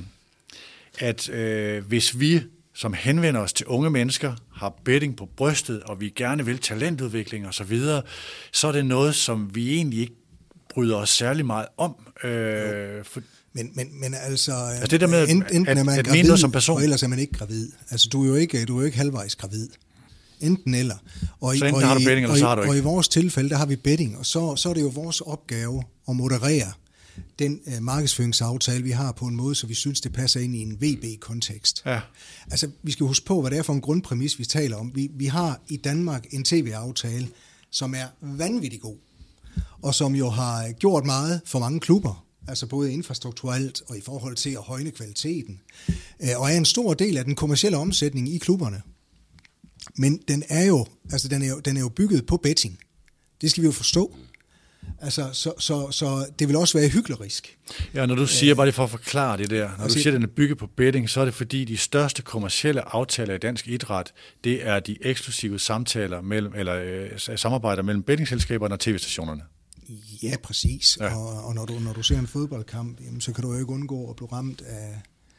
at øh, hvis vi som henvender os til unge mennesker, har betting på brystet, og vi gerne vil talentudvikling og så videre, så er det noget, som vi egentlig ikke bryder os særlig meget om. Øh, for men, men, men altså, altså det der med, enten at, er man at gravid, noget som person, og ellers er man ikke gravid. Altså, du er jo ikke, du er jo ikke halvvejs gravid. Enten eller. Og i, så enten og har du i, betting, eller så har du ikke. Og i vores tilfælde, der har vi betting, og så, så er det jo vores opgave at moderere den uh, markedsføringsaftale, vi har på en måde, så vi synes, det passer ind i en V B-kontekst. Ja. Altså, vi skal huske på, hvad det er for en grundpræmis, vi taler om. Vi, vi har i Danmark en tv-aftale, som er vanvittig god, og som jo har gjort meget for mange klubber, altså både infrastrukturelt og i forhold til at højne kvaliteten, uh, og er en stor del af den kommercielle omsætning i klubberne. Men den er jo, altså den er jo, den er jo bygget på betting. Det skal vi jo forstå. Altså, så, så, så det vil også være hyklerisk. Ja, når du siger, bare lige for at forklare det der, når altså, du siger, at den er bygget på betting, så er det fordi, de største kommercielle aftaler i dansk idræt, det er de eksklusive samtaler mellem, eller øh, samarbejder mellem bettingselskaberne og tv-stationerne. Ja, præcis. Ja. Og, og når, du, når du ser en fodboldkamp, jamen, så kan du jo ikke undgå at blive ramt af,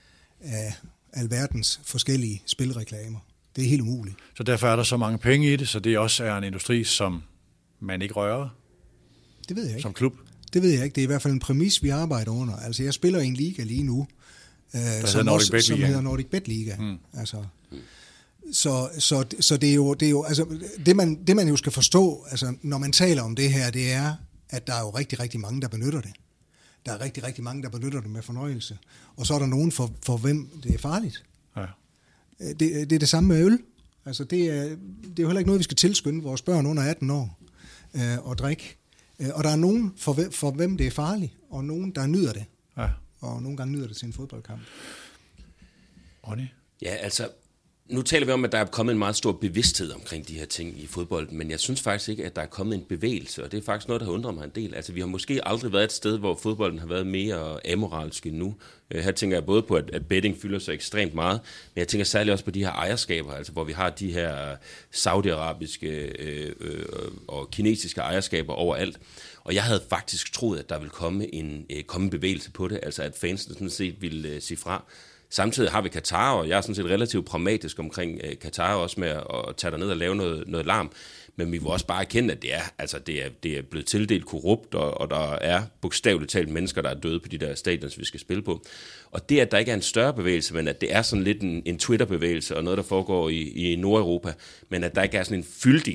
af alverdens forskellige spilreklamer. Det er helt umuligt. Så derfor er der så mange penge i det, så det også er en industri, som man ikke rører? Det ved jeg ikke. Som klub? Det ved jeg ikke. Det er i hvert fald en præmis, vi arbejder under. Altså, jeg spiller i en liga lige nu, øh, som, Nordic også, som hedder Nordic Bet Liga. Hmm. Altså, så, så, så det er jo, det er jo altså, det, man, det man jo skal forstå, altså, når man taler om det her, det er, at der er jo rigtig, rigtig mange, der benytter det. Der er rigtig, rigtig mange, der benytter det med fornøjelse. Og så er der nogen, for, for hvem det er farligt. Ja. Det, det er det samme med øl. Altså, det, er, det er jo heller ikke noget, vi skal tilskynde vores børn under atten år øh, at drikke. Og der er nogen, for hvem, for hvem det er farligt, og nogen, der nyder det. Ja. Og nogle gange nyder det til en fodboldkamp. Ronny? Ja, altså, nu taler vi om, at der er kommet en meget stor bevidsthed omkring de her ting i fodbold, men jeg synes faktisk ikke, at der er kommet en bevægelse, og det er faktisk noget, der har undret mig en del. Altså, vi har måske aldrig været et sted, hvor fodbolden har været mere amoralsk end nu. Her tænker jeg både på, at betting fylder så ekstremt meget, men jeg tænker særligt også på de her ejerskaber, altså hvor vi har de her saudiarabiske øh, øh, og kinesiske ejerskaber overalt. Og jeg havde faktisk troet, at der ville komme en, øh, komme en bevægelse på det, altså at fansene sådan set ville øh, sige fra. Samtidig har vi Katar, og jeg er sådan set relativt pragmatisk omkring øh, Katar også med at, at tage derned og lave noget, noget larm. Men vi vil også bare erkende, at det er, altså det er, det er blevet tildelt korrupt, og, og der er bogstaveligt talt mennesker, der er døde på de der stadions, vi skal spille på. Og det, at der ikke er en større bevægelse, men at det er sådan lidt en, en Twitter-bevægelse, og noget, der foregår i, i Nordeuropa, men at der ikke er sådan en fyldig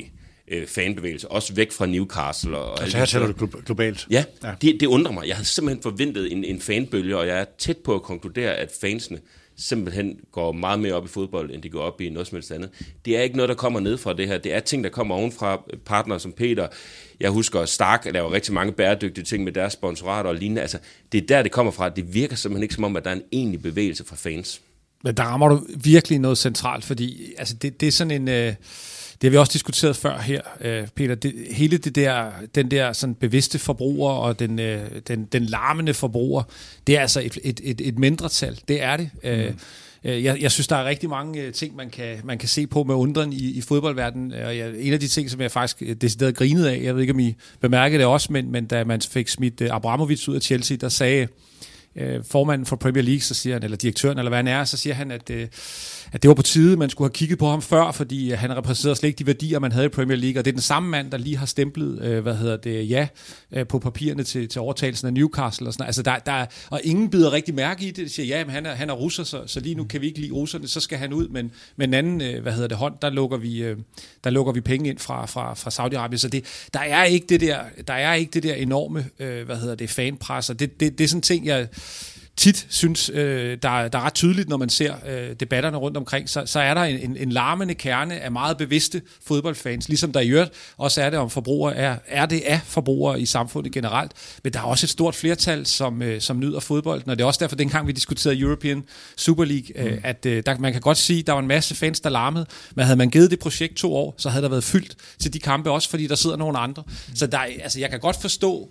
øh, fanbevægelse, også væk fra Newcastle. Og altså her taler du globalt? Ja, ja. Det, det undrer mig. Jeg havde simpelthen forventet en, en fanbølge, og jeg er tæt på at konkludere, at fansene simpelthen går meget mere op i fodbold, end de går op i noget som helst andet. Det er ikke noget, der kommer ned fra det her. Det er ting, der kommer ovenfra. Partnere som Peter. Jeg husker, Stark laver rigtig mange bæredygtige ting med deres sponsorater og lignende. Altså, det er der, det kommer fra. Det virker simpelthen ikke som om, at der er en egentlig bevægelse fra fans. Men der rammer du virkelig noget centralt, fordi altså, det, det er sådan en... Øh Det har vi også diskuteret før her, Peter. Det, hele det der, den der sådan bevidste forbruger og den, den, den larmende forbruger, det er altså et, et, et, et mindretal. Det er det. Mm. Jeg, jeg synes, der er rigtig mange ting, man kan, man kan se på med undren i, i fodboldverdenen. Og jeg, en af de ting, som jeg faktisk decideret grinede af, jeg ved ikke, om I bemærkede det også, men, men da man fik smidt Abramovich ud af Chelsea, der sagde formanden for Premier League, så siger han, eller direktøren, eller hvad han er, så siger han, at, at det var på tide, man skulle have kigget på ham før, fordi han repræsenterede slet ikke de værdier, man havde i Premier League, og det er den samme mand, der lige har stemplet, hvad hedder det, ja, på papirerne til, til overtagelsen af Newcastle og sådan noget. Altså, der, der, og ingen bider rigtig mærke i det, de siger, ja, men han er, han er russer, så, så lige nu kan vi ikke lide russerne, så skal han ud, men med den anden, hvad hedder det, hånd, der lukker vi, der lukker vi penge ind fra, fra, fra Saudi-Arabien, så det, der er ikke det der, der er ikke det der enorme, hvad hedder det, fanpres, og det, det, det er sådan en ting, jeg tit synes, øh, der, der er ret tydeligt, når man ser øh, debatterne rundt omkring, så, så er der en, en, en larmende kerne af meget bevidste fodboldfans, ligesom der i øvrigt også er det om forbrugere, er, er det af forbrugere i samfundet generelt, men der er også et stort flertal, som, øh, som nyder fodbolden, og det er også derfor, dengang vi diskuterede European Super League, øh, mm. at øh, der, man kan godt sige, der var en masse fans, der larmede, men havde man givet det projekt to år, så havde der været fyldt til de kampe også, fordi der sidder nogle andre. Mm. Så der, altså, jeg kan godt forstå,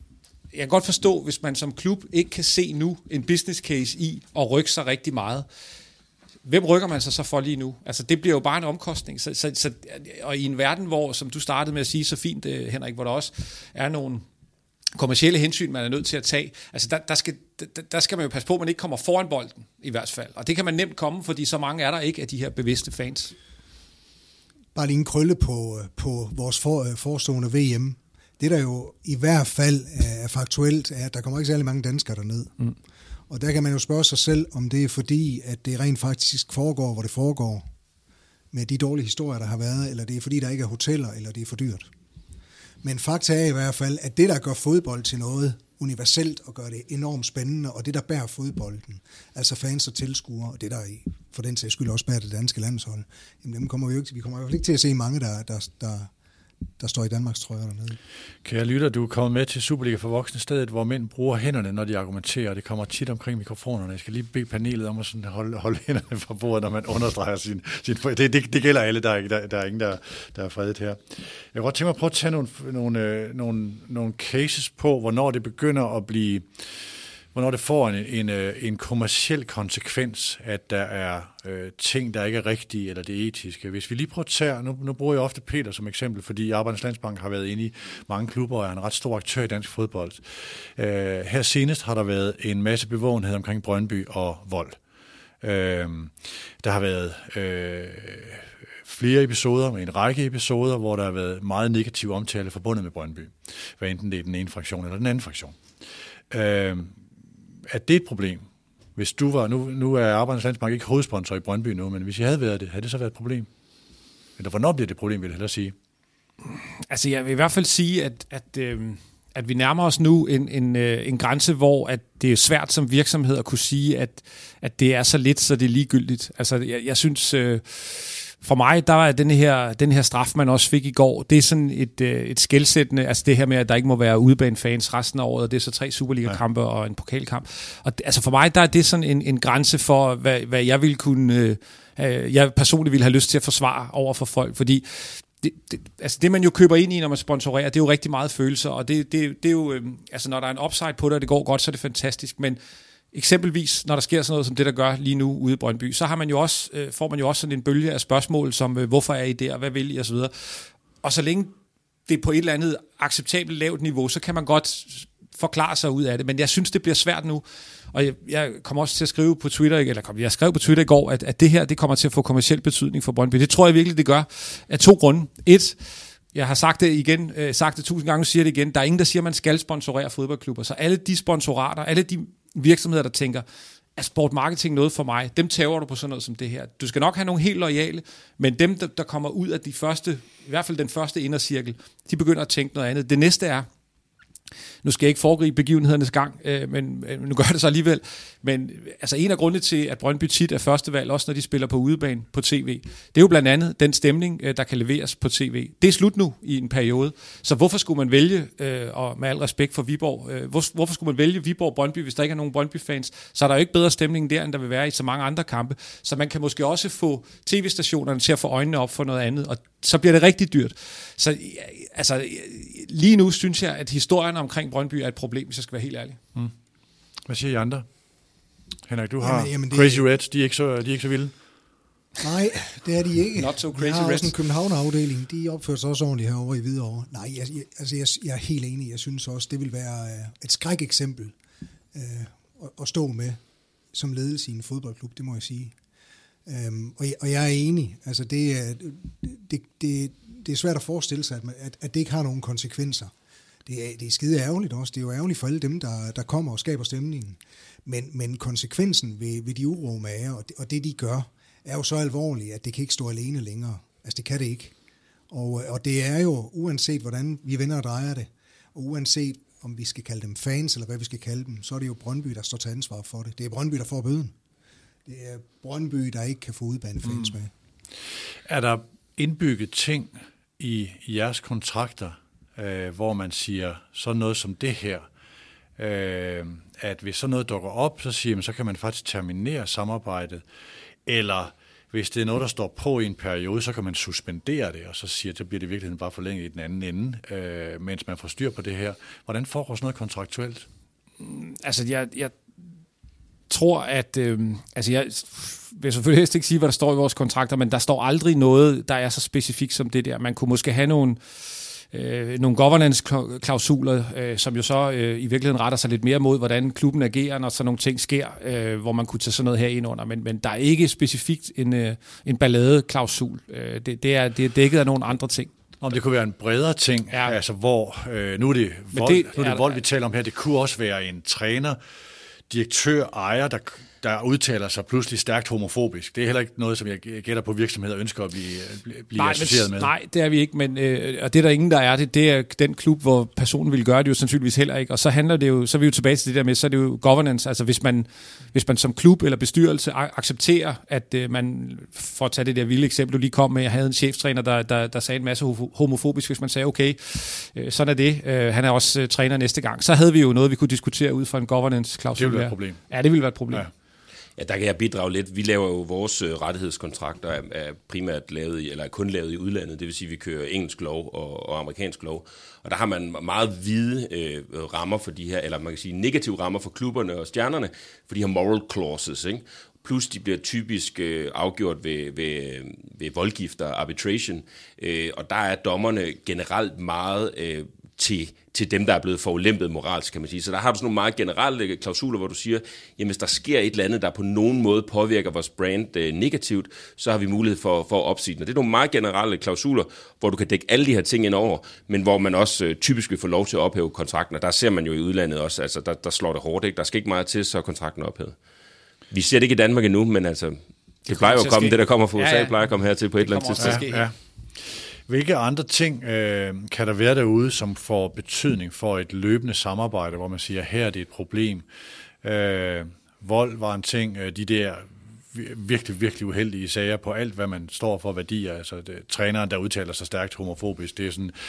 Jeg kan godt forstå, hvis man som klub ikke kan se nu en business case i at rykke sig rigtig meget. Hvem rykker man sig så for lige nu? Altså, det bliver jo bare en omkostning. Så, så, så, og i en verden, hvor, som du startede med at sige så fint, Henrik, hvor der også er nogle kommercielle hensyn, man er nødt til at tage, altså der, der, skal, der, der skal man jo passe på, at man ikke kommer foran bolden, i hvert fald. Og det kan man nemt komme, fordi så mange er der ikke af de her bevidste fans. Bare lige en krølle på, på vores for, forestående V M. Det der jo i hvert fald er faktuelt, er, at der kommer ikke særlig mange danskere derned. Mm. Og der kan man jo spørge sig selv, om det er fordi, at det rent faktisk foregår, hvor det foregår, med de dårlige historier, der har været, eller det er fordi, der ikke er hoteller, eller det er for dyrt. Men fakta er i hvert fald, at det, der gør fodbold til noget universelt, og gør det enormt spændende, og det, der bærer fodbolden, altså fans og tilskuere, og det, der i, for den sags skyld også bærer det danske landshold, jamen dem kommer vi jo ikke, vi kommer i hvert fald ikke til at se mange, der, der, der der står i Danmarks trøjer dernede. Kære lytter, du er kommet med til Superliga for voksne, stedet, hvor mænd bruger hænderne, når de argumenterer, og det kommer tit omkring mikrofonerne. Jeg skal lige bede panelet om at sådan holde, holde hænderne fra bordet, når man understreger sin... sin det, det, det gælder alle, der er, der, der er ingen, der, der er fredet her. Jeg kunne godt tænke mig at prøve at tage nogle, nogle, nogle, nogle cases på, hvornår det begynder at blive... hvornår det får en, en, en kommerciel konsekvens, at der er øh, ting, der ikke er rigtige, eller det etiske. Hvis vi lige prøver at tage, nu, nu bruger jeg ofte Peter som eksempel, fordi Arbejdernes Landsbank har været inde i mange klubber, og er en ret stor aktør i dansk fodbold. Øh, her senest har der været en masse bevågenhed omkring Brøndby og vold. Øh, der har været øh, flere episoder, en række episoder, hvor der har været meget negativ omtale forbundet med Brøndby. Hvad enten det er den ene fraktion eller den anden fraktion. Øh, Er det et problem? Hvis du var, nu, nu er Arbejdernes Landsbank ikke hovedsponsor i Brøndby nu, men hvis I havde været det, havde det så været et problem? Eller hvornår bliver det et problem, vil jeg hellere sige? Altså jeg vil i hvert fald sige, at, at, øh, at vi nærmer os nu en, en, øh, en grænse, hvor at det er svært som virksomhed at kunne sige, at, at det er så lidt, så det er ligegyldigt. Altså jeg, jeg synes... Øh, For mig, der er den her, den her straf, man også fik i går, det er sådan et, et skelsættende, altså det her med, at der ikke må være udebanefans resten af året, og det er så tre Superliga-kampe ja. og en pokalkamp. Og altså for mig, der er det sådan en, en grænse for, hvad, hvad jeg vil kunne, øh, jeg personligt ville have lyst til at forsvare over for folk, fordi det, det, altså det, man jo køber ind i, når man sponsorerer, det er jo rigtig meget følelser, og det, det, det er jo, øh, altså når der er en upside på det, og det går godt, så er det fantastisk, men eksempelvis, når der sker sådan noget som det, der gør lige nu ude i Brøndby, så har man jo også, øh, får man jo også sådan en bølge af spørgsmål, som øh, hvorfor er I der, hvad vil I, og så videre. Og så længe det er på et eller andet acceptabelt lavt niveau, så kan man godt forklare sig ud af det. Men jeg synes, det bliver svært nu. Og jeg, jeg kommer også til at skrive på Twitter, eller kom, jeg skrev på Twitter i går, at, at det her, det kommer til at få kommerciel betydning for Brøndby. Det tror jeg virkelig, det gør af to grunde. Et, jeg har sagt det igen, øh, sagt det tusind gange, siger det igen. Der er ingen, der siger, at man skal sponsorere fodboldklubber. Så alle de sponsorater, alle de virksomheder, der tænker, er sport marketing noget for mig. Dem tæver du på sådan noget som det her. Du skal nok have nogle helt loyale, men dem, der, der kommer ud af de første, i hvert fald den første indercirkel, de begynder at tænke noget andet. Det næste er, nu skal jeg ikke foregribe begivenhedernes gang, øh, men øh, nu gør det så alligevel. Men altså en af grundene til, at Brøndby tit er førstevalg, også når de spiller på udebane på tv, det er jo blandt andet den stemning, øh, der kan leveres på tv. Det er slut nu i en periode. Så hvorfor skulle man vælge, øh, og med al respekt for Viborg, øh, hvor, hvorfor skulle man vælge Viborg-Brøndby, hvis der ikke er nogen Brøndby-fans? Så er der jo ikke bedre stemning der, end der vil være i så mange andre kampe. Så man kan måske også få tv-stationerne til at få øjnene op for noget andet, og så bliver det rigtig dyrt. Så altså, lige nu synes jeg, at historien omkring Brøndby er et problem, hvis jeg skal være helt ærlig. Mm. Hvad siger I andre? Henrik, du har jamen, jamen, det... Crazy Reds, de er ikke så, de er ikke så vilde. Nej, det er de ikke. Not so crazy Reds. Jeg har Reds. også en København-afdeling, de opfører sig også ordentligt herovre i Hvidovre. Nej, jeg, jeg, altså jeg, jeg er helt enig. Jeg synes også, det vil være uh, et skrækeksempel uh, at, at stå med som ledelse i en fodboldklub, det må jeg sige. Um, og, jeg, og jeg er enig. Altså det, det, det, det er svært at forestille sig, at, man, at, at det ikke har nogen konsekvenser. Det er, det er skide ærgerligt også. Det er jo ærgerligt for alle dem, der, der kommer og skaber stemningen. Men, men konsekvensen ved, ved de uromager, og det, og det de gør, er jo så alvorligt, at det kan ikke stå alene længere. Altså det kan det ikke. Og, og det er jo, uanset hvordan vi vender og drejer det, og uanset om vi skal kalde dem fans, eller hvad vi skal kalde dem, så er det jo Brøndby, der står til ansvar for det. Det er Brøndby, der får bøden. Det er Brøndby, der ikke kan få udbanefans mm. med. Er der indbygget ting i jeres kontrakter, øh, hvor man siger sådan noget som det her, øh, at hvis sådan noget dukker op, så siger man, så kan man faktisk terminere samarbejdet, eller hvis det er noget, der står på i en periode, så kan man suspendere det, og så siger, at så bliver det i virkeligheden bare forlænget i den anden ende, øh, mens man får styr på det her. Hvordan foregår sådan noget kontraktuelt? Altså, jeg, jeg tror, at... Øh, altså, jeg vil selvfølgelig helst ikke sige, hvad der står i vores kontrakter, men der står aldrig noget, der er så specifikt som det der. Man kunne måske have nogle... Øh, nogle governance-klausuler, øh, som jo så øh, i virkeligheden retter sig lidt mere mod, hvordan klubben agerer, når sådan nogle ting sker, øh, hvor man kunne tage sådan noget her ind under. Men, men der er ikke specifikt en, øh, en ballade-klausul. Øh, det, det, er, det er dækket af nogle andre ting. Om det kunne være en bredere ting, ja. Altså hvor, øh, nu er det vold, det, nu er det vold vi taler om her, det kunne også være en træner, direktør, ejer, der, der udtaler sig pludselig stærkt homofobisk. Det er heller ikke noget, som jeg gætter på virksomheder ønsker at blive, blive nej, associeret men, med. Nej, det er vi ikke, men øh, og det er der ingen, der er det. Det er den klub, hvor personen vil gøre det jo sandsynligvis heller ikke. Og så handler det jo, så er vi jo tilbage til det der med, så er det jo governance. Altså hvis man, hvis man som klub eller bestyrelse accepterer, at øh, man, for at tage det der vilde eksempel, du lige kom med, jeg havde en cheftræner, der, der, der sagde en masse homofobisk, hvis man sagde, okay, øh, sådan er det. Øh, han er også øh, træner næste gang. Så havde vi jo noget, vi kunne diskutere ud fra en governance-klausul. Det ville være et problem. Ja, det ville være et problem. Ja. Ja, der kan jeg bidrage lidt. Vi laver jo vores øh, rettighedskontrakter er, er primært lavet i, eller er kun lavet i udlandet. Det vil sige, at vi kører engelsk lov og, og amerikansk lov. Og der har man meget hvide øh, rammer for de her, eller man kan sige negative rammer for klubberne og stjernerne, for de her moral clauses, ikke? Plus de bliver typisk øh, afgjort ved, ved, ved voldgift og arbitration. Øh, og der er dommerne generelt meget... Øh, til, til dem, der er blevet forulempet moralsk, kan man sige. Så der har du sådan nogle meget generelle klausuler, hvor du siger, jamen hvis der sker et eller andet, der på nogen måde påvirker vores brand øh, negativt, så har vi mulighed for, for at opsige den. Og det er nogle meget generelle klausuler, hvor du kan dække alle de her ting ind over, men hvor man også øh, typisk vil få lov til at ophæve kontrakten. Og der ser man jo i udlandet også, altså der, der slår det hårdt, ikke? Der skal ikke meget til, så kontrakten er ophævet. Vi ser det ikke i Danmark endnu, men altså, det, det plejer jo at komme, det der kommer fra U S A, ja, ja. plejer at komme hertil på et eller andet tidspunkt. Ja, ja. Hvilke andre ting øh, kan der være derude, som får betydning for et løbende samarbejde, hvor man siger, her er det et problem? Øh, vold var en ting, de der virkelig, virkelig uheldige sager på alt, hvad man står for værdier. Altså det, træneren, der udtaler sig stærkt homofobisk, det er sådan...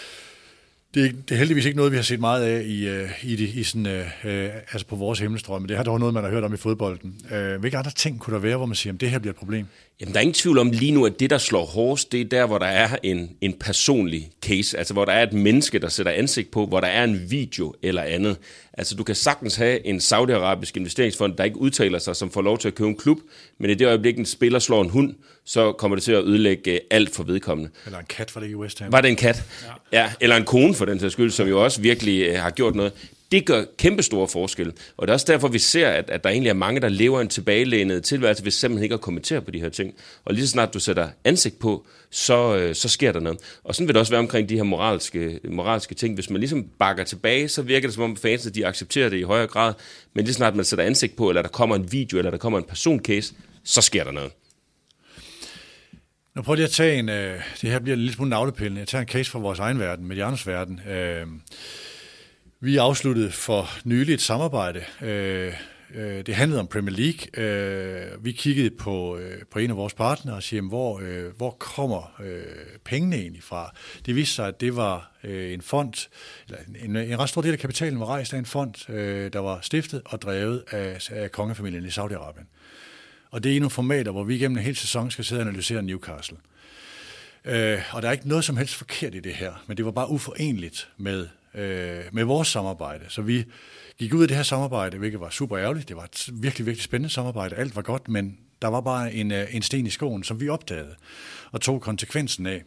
Det er, det er heldigvis ikke noget, vi har set meget af i, i, de, i sådan, øh, altså på vores himmelstrøm, men det har dog noget, man har hørt om i fodbolden. Øh, hvilke andre ting kunne der være, hvor man siger, at det her bliver et problem? Jamen, der er ingen tvivl om lige nu, at det, der slår hårdest, det er der, hvor der er en, en personlig case, altså hvor der er et menneske, der sætter ansigt på, hvor der er en video eller andet. Altså, du kan sagtens have en saudiarabisk investeringsfond, der ikke udtaler sig, som får lov til at købe en klub, men i det øjeblik, en spiller slår en hund, så kommer det til at ødelægge alt for vedkommende. Eller en kat, var det i West Ham? Var det en kat? Ja. Ja, eller en kone for den sags skyld, som jo også virkelig øh, har gjort noget. Det gør kæmpe store forskel, og det er også derfor, vi ser, at, at der egentlig er mange, der lever en tilbagelænet tilværelse, hvis simpelthen ikke at kommentere på de her ting. Og lige så snart du sætter ansigt på, så, øh, så sker der noget. Og sådan vil det også være omkring de her moralske, moralske ting. Hvis man ligesom bakker tilbage, så virker det som om fansene, de accepterer det i højere grad, men lige så snart man sætter ansigt på, eller der kommer en video, eller der kommer en personcase, så sker der noget. Nu prøver jeg at tage en, øh, det her bliver lidt smule navlepillende, jeg tager en case fra vores egen verden, Medianos verden. Øh, Vi afsluttede for nylig et samarbejde. Det handlede om Premier League. Vi kiggede på, på en af vores partnere og siger, hvor, hvor kommer pengene egentlig fra? Det viste sig, at det var en fond, eller en, en ret stor del af kapitalen var rejst af en fond, der var stiftet og drevet af, af kongefamilien i Saudi-Arabien. Og det er nogle formater, hvor vi igennem en hel sæson skal sidde og analysere Newcastle. Og der er ikke noget som helst forkert i det her, men det var bare uforenligt med med vores samarbejde. Så vi gik ud af det her samarbejde, hvilket var super ærgerligt. Det var et virkelig, virkelig spændende samarbejde. Alt var godt, men der var bare en, en sten i skoen, som vi opdagede og tog konsekvensen af.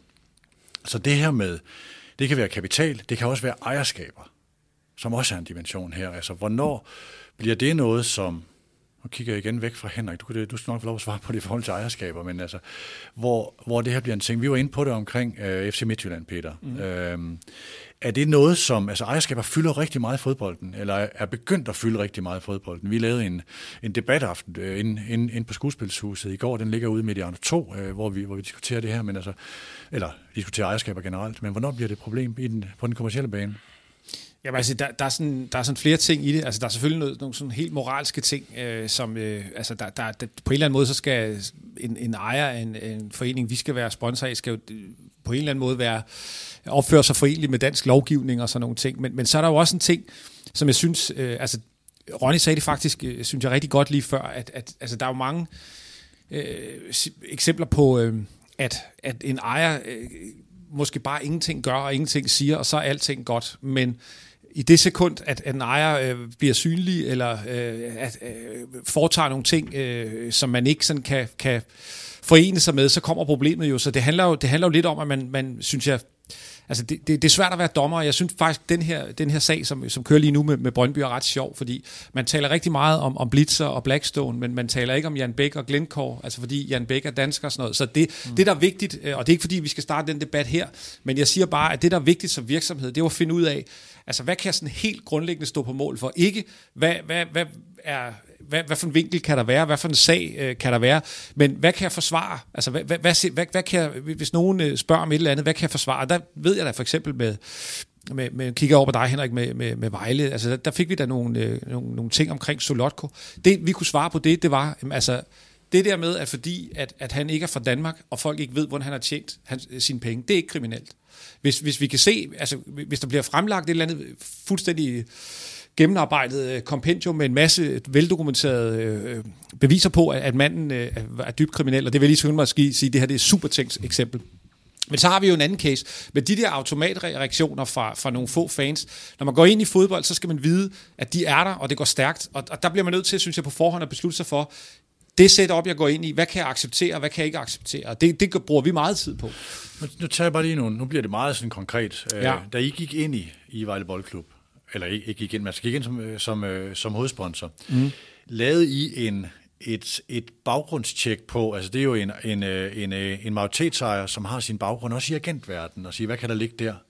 Så det her med, det kan være kapital, det kan også være ejerskaber, som også er en dimension her. Altså, hvornår bliver det noget, som... Nu kigger jeg igen væk fra Henrik. Du, kan, du skal nok få lov at svare på det i forhold til ejerskaber, men altså, hvor, hvor det her bliver en ting. Vi var inde på det omkring øh, F C Midtjylland, Peter. Mm. Øhm, er det noget, som... Altså, ejerskaber fylder rigtig meget i fodbolden, eller er begyndt at fylde rigtig meget i fodbolden? Vi lavede en, en debataften øh, inde ind, ind på Skuespilshuset i går. Den ligger ude i Mediano to, øh, hvor, vi, hvor vi diskuterer det her, men altså... Eller diskuterer ejerskaber generelt. Men hvornår bliver det et problem i den, på den kommercielle bane? Jamen altså, der, der, er sådan, der er sådan flere ting i det. Altså, der er selvfølgelig noget, nogle sådan helt moralske ting, øh, som øh, altså, der, der, der, på en eller anden måde, så skal en, en ejer af en, en forening, vi skal være sponsor af, skal jo på en eller anden måde være opføre sig forenligt med dansk lovgivning og sådan nogle ting. Men, men så er der jo også en ting, som jeg synes, øh, altså Ronny sagde det faktisk, øh, synes jeg rigtig godt lige før, at, at altså, der er jo mange øh, eksempler på, øh, at, at en ejer øh, måske bare ingenting gør og ingenting siger, og så er alting godt. Men i det sekund, at, at en ejer øh, bliver synlig, eller øh, at, øh, foretager nogle ting, øh, som man ikke sådan kan, kan forene sig med, så kommer problemet jo. Så det handler jo, det handler jo lidt om, at man, man synes jeg, altså det, det, det er svært at være dommer, og jeg synes faktisk, den her, den her sag, som, som kører lige nu med, med Brøndby, er ret sjov, fordi man taler rigtig meget om, om Blitzer og Blackstone, men man taler ikke om Jan Bæk og Glencore, altså fordi Jan Bæk er dansker og sådan noget. Så det, mm. det, der er vigtigt, og det er ikke fordi, vi skal starte den debat her, men jeg siger bare, at det, der er vigtigt som virksomhed, det er at finde ud af, altså hvad kan jeg sådan helt grundlæggende stå på mål for? Ikke, hvad, hvad, hvad er... Hvad, hvad for en vinkel kan der være? Hvad for en sag øh, kan der være? Men hvad kan jeg forsvare? Altså, hvad, hvad, hvad, hvad, hvad kan jeg, hvis nogen øh, spørger om et eller andet, hvad kan jeg forsvare? Der ved jeg da for eksempel med, med, med kigger over på dig, Henrik, med, med, med Vejle. Altså, der, der fik vi da nogle, øh, nogle, nogle ting omkring Solotko. Det, vi kunne svare på det, det var, jamen, altså, det der med, at fordi at, at han ikke er fra Danmark, og folk ikke ved, hvordan han har tjent hans, sine penge, det er ikke kriminelt. Hvis, hvis vi kan se, altså, hvis der bliver fremlagt et eller andet fuldstændig gennemarbejdet kompendium med en masse veldokumenterede øh, beviser på, at, at manden øh, er dybt kriminel, og det vil jeg lige skynde mig at sige, at det her det er et super tænkt eksempel. Men så har vi jo en anden case med de der automatreaktioner fra, fra nogle få fans. Når man går ind i fodbold, så skal man vide, at de er der, og det går stærkt, og, og der bliver man nødt til, synes jeg, på forhånd at beslutte sig for, det setup, jeg går ind i, hvad kan jeg acceptere, og hvad kan jeg ikke acceptere? Og det, det bruger vi meget tid på. Nu tager jeg bare lige nu, nu bliver det meget sådan konkret. Ja. Da I gik ind i, i Vejle Boldklub, eller ikke, ikke gik ind, men gik ind som, som, som hovedsponsor, mm. lavede I en, et, et baggrundstjek på, altså det er jo en, en, en, en majoritetsejer, som har sin baggrund også i agentverdenen, og sige, hvad kan der ligge der?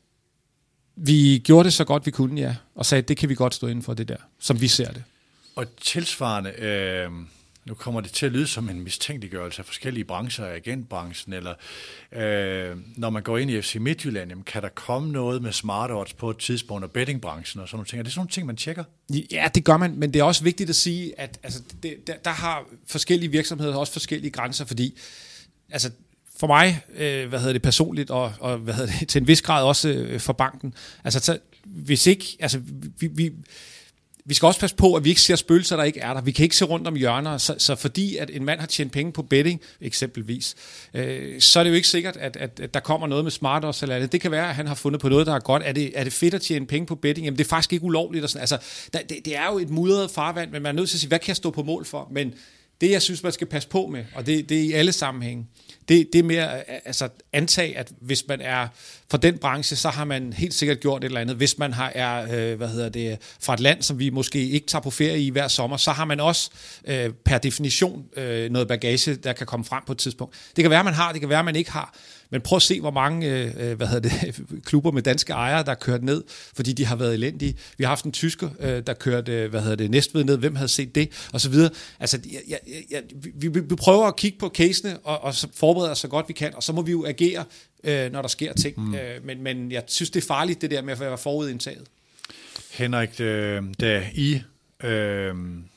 Vi gjorde det så godt vi kunne, ja, og sagde, det kan vi godt stå inden for det der, som vi ser det. Og tilsvarende, øh, nu kommer det til at lyde som en mistænkeliggørelse af forskellige brancher, af agentbranchen, eller øh, når man går ind i F C Midtjylland, jamen, kan der komme noget med smart odds på et tidspunkt, og bettingbranchen og sådan nogle ting? Er det sådan nogle ting, man tjekker? Ja, det gør man, men det er også vigtigt at sige, at altså, det, der, der har forskellige virksomheder også forskellige grænser, fordi altså, for mig, øh, hvad hedder det, personligt, og, og hvad hedder det, til en vis grad også øh, for banken, altså så, hvis ikke, altså vi... vi Vi skal også passe på, at vi ikke ser spøgelser, der ikke er der. Vi kan ikke se rundt om hjørner, så, så fordi at en mand har tjent penge på betting, eksempelvis, øh, så er det jo ikke sikkert, at, at, at der kommer noget med smart odds eller andet. Det kan være, at han har fundet på noget, der er godt. Er det, er det fedt at tjene penge på betting? Jamen, det er faktisk ikke ulovligt. Og sådan. Altså, der, det, det er jo et mudret farvand, men man er nødt til at sige, hvad kan jeg stå på mål for? Men det, jeg synes, man skal passe på med, og det, det er i alle sammenhænge, det, det er mere altså, antage, at hvis man er fra den branche, så har man helt sikkert gjort et eller andet. Hvis man har, er øh, hvad hedder det, fra et land, som vi måske ikke tager på ferie i hver sommer, så har man også øh, per definition øh, noget bagage, der kan komme frem på et tidspunkt. Det kan være, man har, det kan være, man ikke har. Men prøv at se, hvor mange øh, hvad hedder det, klubber med danske ejere, der er kørt ned, fordi de har været elendige. Vi har haft en tysker, øh, der kørte hvad hedder det, Næstved ned. Hvem havde set det? Og så videre. Altså, jeg, jeg, vi, vi prøver at kigge på casene og, og forberede os så godt vi kan, og så må vi jo agere, øh, når der sker ting. Mm. Øh, men, men jeg synes, det er farligt, det der med at være forudindtaget. Henrik, øh, da I, øh,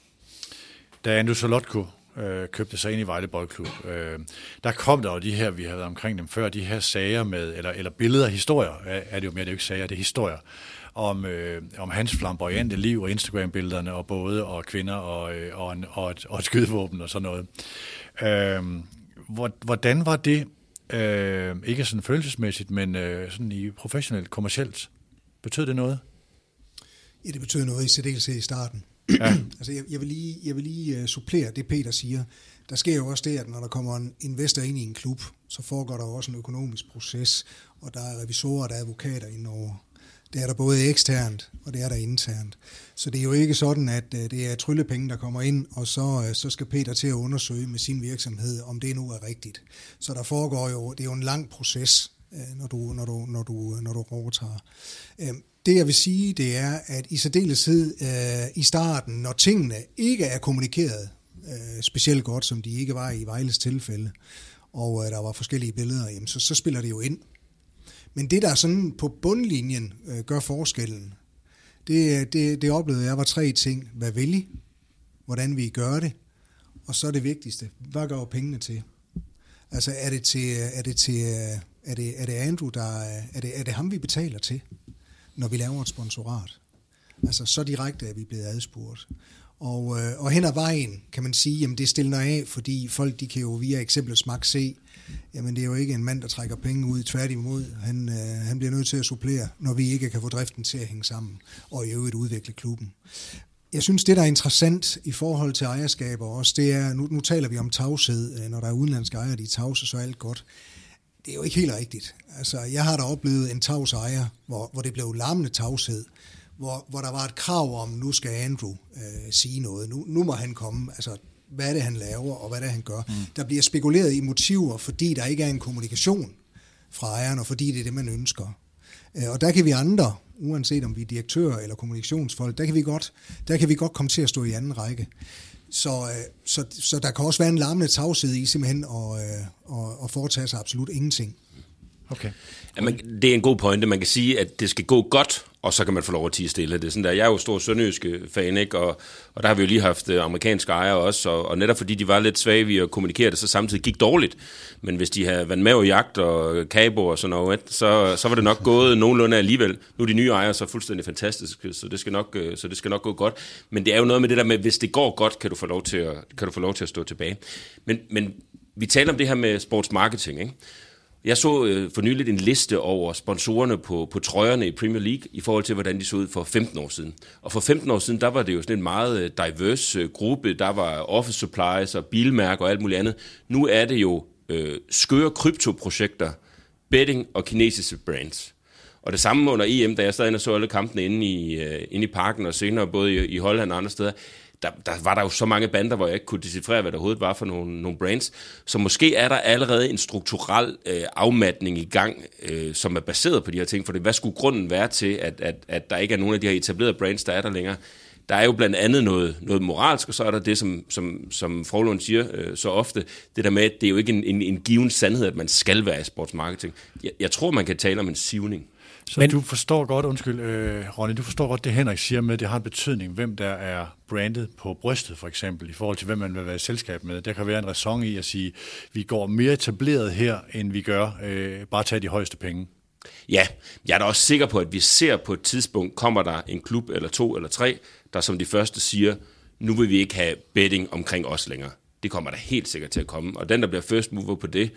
da Andrew Solotko Øh, købte sig ind i Vejle Boldklub. Øh, der kom der jo de her, vi havde været omkring dem før, de her sager med, eller, eller billeder, historier, er det jo mere, det er jo ikke sager, det er historier, om, øh, om hans flamboyante liv og Instagram-billederne, og både og kvinder og, og, en, og, et, og et skydevåben og sådan noget. Øh, hvordan var det, øh, ikke sådan følelsesmæssigt, men øh, sådan i professionelt, kommercielt, betød det noget? Ja, det betød noget i særdeleshed i starten. Ja. altså jeg, jeg vil lige, jeg vil lige uh, supplere det, Peter siger. Der sker jo også det, at når der kommer en investor ind i en klub, så foregår der jo også en økonomisk proces, og der er revisorer, der er advokater indover. Det er der både eksternt, og det er der internt. Så det er jo ikke sådan, at uh, det er tryllepenge, der kommer ind, og så, uh, så skal Peter til at undersøge med sin virksomhed, om det nu er rigtigt. Så der foregår jo, det er jo en lang proces, uh, når du, når du, når du, når du overtager. Uh, Det jeg vil sige, det er, at i særdeleshed øh, i starten, når tingene ikke er kommunikeret øh, specielt godt, som de ikke var i Vejles tilfælde, og øh, der var forskellige billeder, jamen, så, så spiller det jo ind. Men det, der sådan på bundlinjen øh, gør forskellen, det, det, det oplevede jeg var tre ting. Hvad vil I? Hvordan vil I gøre det? Og så det vigtigste, hvad gør pengene til? Altså er det til, er det til, er det, er det Andrew, der er det, er det ham, vi betaler til, når vi laver et sponsorat? Altså så direkte er vi blevet adspurgt. Og, øh, og hen ad vejen kan man sige, jamen det stiller af, fordi folk de kan jo via eksemplet smagt se, jamen det er jo ikke en mand, der trækker penge ud, tværtimod. Han, øh, han bliver nødt til at supplere, når vi ikke kan få driften til at hænge sammen, og i øvrigt udvikle klubben. Jeg synes, det der er interessant i forhold til ejerskaber også, det er, nu, nu taler vi om tavshed, når der er udenlandske ejere, de er tavse, så er alt godt. Det er jo ikke helt rigtigt. Altså, jeg har da oplevet en tavs ejer, hvor, hvor det blev larmende tavshed, hvor, hvor der var et krav om, nu skal Andrew øh, sige noget, nu, nu må han komme, altså hvad er det, han laver, og hvad er det, han gør. Mm. Der bliver spekuleret i motiver, fordi der ikke er en kommunikation fra ejeren, og fordi det er det, man ønsker. Øh, og der kan vi andre, uanset om vi er direktører eller kommunikationsfolk, der kan vi godt, der kan vi godt komme til at stå i anden række. Så, så, så der kan også være en larmende tavshed i simpelthen at, at, at foretage sig absolut ingenting. Okay. Ja, man, det er en god pointe. Man kan sige, at det skal gå godt, og så kan man få lov at tie stille. Det er sådan der. Jeg er jo stor sønderjyske fan, ikke? Og, og der har vi jo lige haft amerikanske ejere også, og, og netop fordi de var lidt svage ved at kommunikere det, så samtidig gik dårligt. Men hvis de havde været med i jagt og kabo og sådan noget, så, så var det nok gået nogenlunde alligevel. Nu er de nye ejere så fuldstændig fantastiske, så det skal nok, så det skal nok gå godt. Men det er jo noget med det der med, hvis det går godt, kan du få lov til at, kan du få lov til at stå tilbage. Men, men vi taler om det her med sportsmarketing, ikke? Jeg så øh, for nyligt en liste over sponsorerne på, på trøjerne i Premier League i forhold til, hvordan de så ud for femten år siden. Og for femten år siden, der var det jo sådan en meget diverse øh, gruppe. Der var office supplies og bilmærker og alt muligt andet. Nu er det jo øh, skøre kryptoprojekter, betting og kinesiske brands. Og det samme under E M, da jeg stadig så alle kampene inde i, øh, inde i parken og senere både i, i Holland og andre steder. Der, der var der jo så mange bander, hvor jeg ikke kunne decifrere, hvad der overhovedet var for nogle, nogle brands. Så måske er der allerede en strukturel øh, afmatning i gang, øh, som er baseret på de her ting. For det, hvad skulle grunden være til, at, at, at der ikke er nogen af de her etablerede brands, der er der længere? Der er jo blandt andet noget, noget moralsk, og så er der det, som, som, som Frohlund siger øh, så ofte, det der med, at det er jo ikke en, en, en given sandhed, at man skal være i sportsmarketing. Jeg, jeg tror, man kan tale om en sivning. Så Men, du forstår godt, undskyld, øh, Ronny, du forstår godt det, Henrik siger med, at det har en betydning, hvem der er brandet på brystet, for eksempel, i forhold til, hvem man vil være i selskab med. Der kan være en ræson i at sige, vi går mere etableret her, end vi gør, øh, bare tage de højeste penge. Ja, jeg er da også sikker på, at vi ser på et tidspunkt, kommer der en klub eller to eller tre, der som de første siger, nu vil vi ikke have betting omkring os længere. Det kommer der helt sikkert til at komme. Og den, der bliver first mover på det,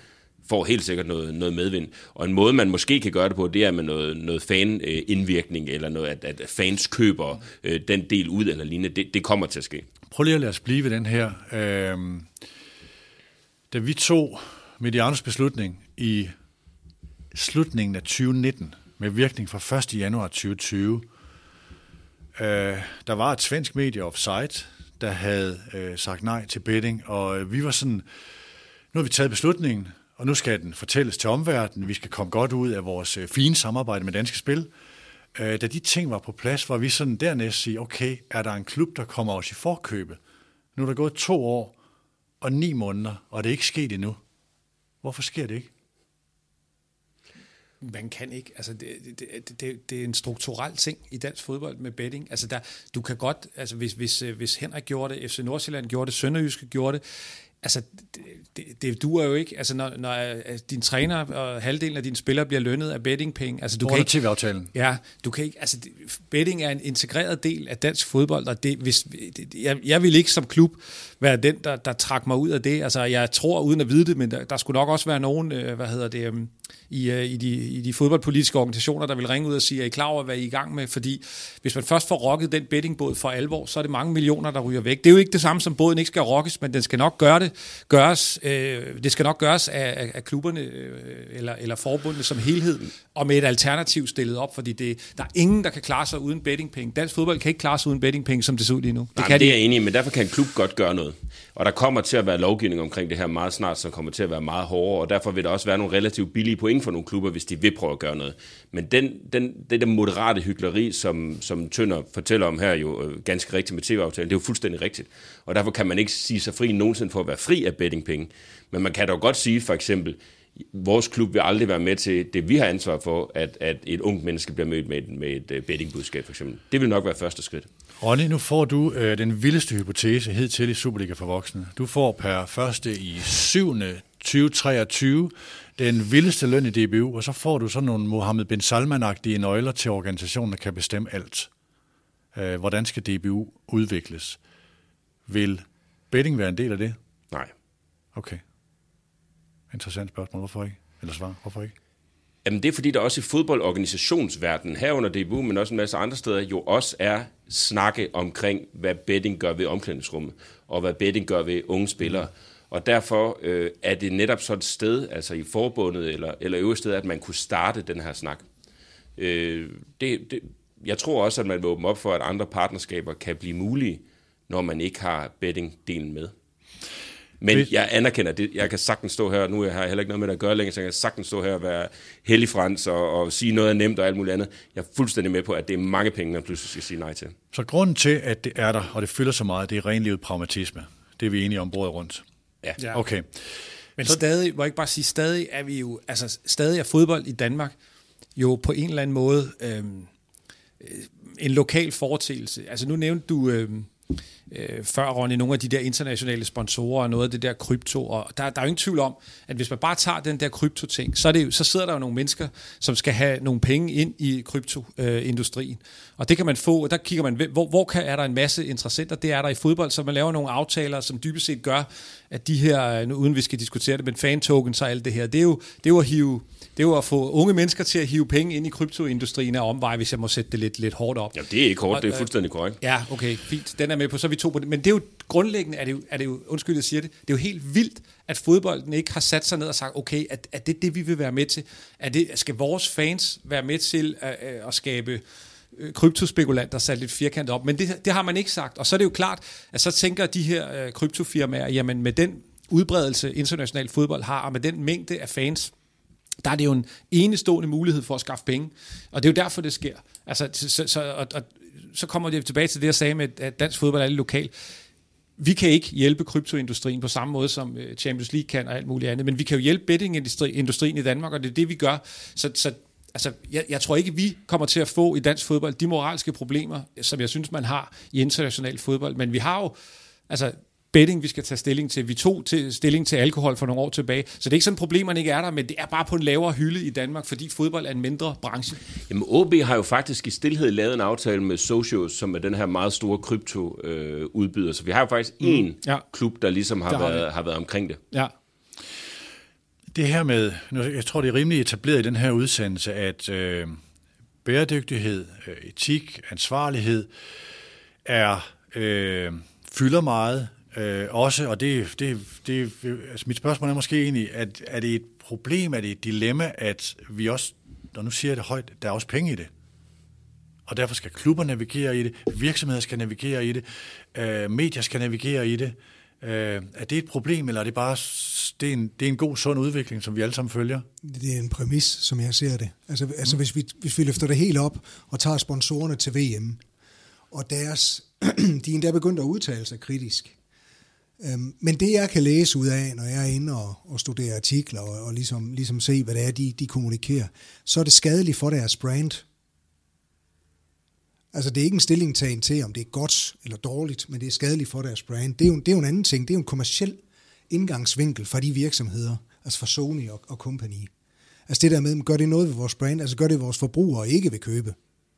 får helt sikkert noget, noget medvind. Og en måde, man måske kan gøre det på, det er med noget, noget fan-indvirkning, eller noget, at, at fans køber øh, den del ud, eller lignende. Det, det kommer til at ske. Prøv lige at lade os blive ved den her. Øh, da vi tog Medianos beslutning i slutningen af tyve nitten, med virkning fra første januar tyve tyve, øh, der var et svensk medie, Offside, der havde øh, sagt nej til betting, og øh, vi var sådan, nu har vi taget beslutningen, og nu skal den fortælles til omverdenen, vi skal komme godt ud af vores øh, fine samarbejde med Danske Spil. Øh, da de ting var på plads, var vi sådan dernæst sige, okay, er der en klub, der kommer os i forkøbet? Nu er der gået to år og ni måneder, og det er ikke sket endnu. Hvorfor sker det ikke? Man kan ikke. Altså, det, det, det, det er en strukturel ting i dansk fodbold med betting. Altså, der, du kan godt, altså, hvis, hvis, hvis Henrik gjorde det, F C Nordsjælland gjorde det, Sønderjyske gjorde det, altså, det, det, det duer jo ikke. Altså, når, når din træner og halvdelen af dine spillere bliver lønnet af bettingpenge, altså, du kan ikke... T V-aftalen. Ja, du kan ikke... Altså, betting er en integreret del af dansk fodbold, og det, hvis, det, jeg, jeg vil ikke som klub være den, der, der trak mig ud af det. Altså, jeg tror, uden at vide det, men der, der skulle nok også være nogen, øh, hvad hedder det... Um, I, i, de, i de fodboldpolitiske organisationer, der vil ringe ud og sige, er I klar over, hvad I er i gang med? Fordi hvis man først får rokket den bettingbåd for alvor, så er det mange millioner, der ryger væk. Det er jo ikke det samme, som båden ikke skal rokkes, men den skal nok gøre det, gøres, øh, det skal nok gøres af, af, af klubberne øh, eller, eller forbundene som helhed, og med et alternativ stillet op, fordi det, der er ingen, der kan klare sig uden bettingpenge. Dansk fodbold kan ikke klare sig uden bettingpenge, som det ser ud lige nu. Det, Nej, kan det de. er jeg enig i, men derfor kan en klub godt gøre noget. Og der kommer til at være lovgivning omkring det her meget snart, som kommer til at være meget hårdere, og derfor vil der også være nogle relativt billige point for nogle klubber, hvis de vil prøve at gøre noget. Men den, den, det der moderate hykleri, som, som Tønder fortæller om her, jo ganske rigtigt med T V-aftalen, det er jo fuldstændig rigtigt. Og derfor kan man ikke sige sig fri nogensinde for at være fri af bettingpenge. Men man kan dog godt sige, for eksempel, vores klub vil aldrig være med til det, vi har ansvar for, at, at et ungt menneske bliver mødt med et, med et bettingbudskab, for eksempel. Det vil nok være første skridt. Ronny, nu får du øh, den vildeste hypotese hed til i Superliga for voksne. Du får per første i syvende tyve treogtyve den vildeste løn i D B U, og så får du sådan nogle Mohammed bin Salman-agtige nøgler til organisationen, der kan bestemme alt. Øh, hvordan skal D B U udvikles? Vil betting være en del af det? Nej. Okay. Interessant spørgsmål. Hvorfor ikke? Eller svar. Hvorfor ikke? Jamen det er fordi, der også i fodboldorganisationsverdenen, herunder D B U, men også en masse andre steder, jo også er snakke omkring, hvad betting gør ved omklædningsrummet, og hvad betting gør ved unge spillere. Og derfor øh, er det netop sådan et sted, altså i forbundet eller, eller øvrigt sted, at man kunne starte den her snak. Øh, det, det, jeg tror også, at man vil åbne op for, at andre partnerskaber kan blive mulige, når man ikke har betting-delen med. Men jeg anerkender det. Jeg kan sagtens stå her, nu har jeg heller ikke noget med det at gøre længere, så jeg kan sagtens stå her og være hellig frans og, og sige noget er nemt og alt muligt andet. Jeg er fuldstændig med på, at det er mange penge, man pludselig skal sige nej til. Så grunden til, at det er der, og det fylder så meget, det er renlivet pragmatisme. Det er vi enige om bordet rundt. Ja. Okay. Men så, stadig, må jeg ikke bare sige, stadig er vi jo, altså stadig er fodbold i Danmark jo på en eller anden måde øhm, en lokal foreteelse. Altså nu nævnte du øhm, øh, før, Ronny, nogle af de der internationale sponsorer og noget af det der krypto, og der, der er jo ingen tvivl om, at hvis man bare tager den der krypto-ting, så, er det jo, så sidder der jo nogle mennesker, som skal have nogle penge ind i kryptoindustrien. Og det kan man få, der kigger man, hvor, hvor kan, er der en masse interessenter, det er der i fodbold, så man laver nogle aftaler, som dybest set gør, at de her, nu, uden vi skal diskutere det, men fan-tokens og alt det her, det er jo, det er jo at hive, det er jo at få unge mennesker til at hive penge ind i kryptoindustrien af omvej, hvis jeg må sætte det lidt, lidt hårdt op. Ja, det er ikke hårdt, det er fuldstændig korrekt. Ja, okay, fint. Den er med på, så er vi to på det. Men det er jo grundlæggende, er det jo, er det jo undskyld, jeg siger det, det er jo helt vildt, at fodbolden ikke har sat sig ned og sagt, okay, er, er det det, vi vil være med til? Er det, skal vores fans være med til at, at skabe kryptospekulanter sat lidt firkantet op? Men det, det har man ikke sagt. Og så er det jo klart, at så tænker de her øh, kryptofirmaer, jamen med den udbredelse international fodbold har, og med den mængde af fans, der er det jo en enestående mulighed for at skaffe penge. Og det er jo derfor, det sker. Altså, så, så, og, og, så kommer det tilbage til det, jeg sagde med, at dansk fodbold er lidt lokal. Vi kan ikke hjælpe kryptoindustrien på samme måde, som Champions League kan og alt muligt andet, men vi kan jo hjælpe bettingindustrien i Danmark, og det er det, vi gør. Så, så altså, jeg, jeg tror ikke, vi kommer til at få i dansk fodbold de moralske problemer, som jeg synes, man har i international fodbold, men vi har jo, altså, betting, vi skal tage stilling til. Vi tog til stilling til alkohol for nogle år tilbage. Så det er ikke sådan, at problemerne ikke er der, men det er bare på en lavere hylde i Danmark, fordi fodbold er en mindre branche. Jamen, O B har jo faktisk i stilhed lavet en aftale med Socios, som er den her meget store krypto-udbyder. Øh, så vi har jo faktisk én mm, ja. klub, der ligesom har været, har været omkring det. Ja. det her med, jeg tror det er rimelig etableret i den her udsendelse, at øh, bæredygtighed, øh, etik, ansvarlighed er øh, fylder meget. Øh, også, og det, det, det, altså mit spørgsmål er måske egentlig, at er det et problem, er det et dilemma, at vi også, når nu siger jeg det højt, der er også penge i det. Og derfor skal klubber navigere i det, virksomheder skal navigere i det, øh, medier skal navigere i det. Øh, er det et problem, eller er det bare det er en, det er en god, sund udvikling, som vi alle sammen følger? Det er en præmis, som jeg ser det. Altså, mm. altså hvis, vi, hvis vi løfter det helt op og tager sponsorerne til V M, og deres, de er endda begyndt at udtale sig kritisk. Øhm, men det, jeg kan læse ud af, når jeg er inde og, og studerer artikler og, og ligesom, ligesom se, hvad det er, de, de kommunikerer, så er det skadeligt for deres brand. Altså, det er ikke en stillingtagen til, om det er godt eller dårligt, men det er skadeligt for deres brand. Det er jo, det er jo en anden ting. Det er jo en kommerciel indgangsvinkel for de virksomheder, altså for Sony og, og company. Altså det der med, gør det noget ved vores brand, altså gør det vores forbrugere ikke vil købe.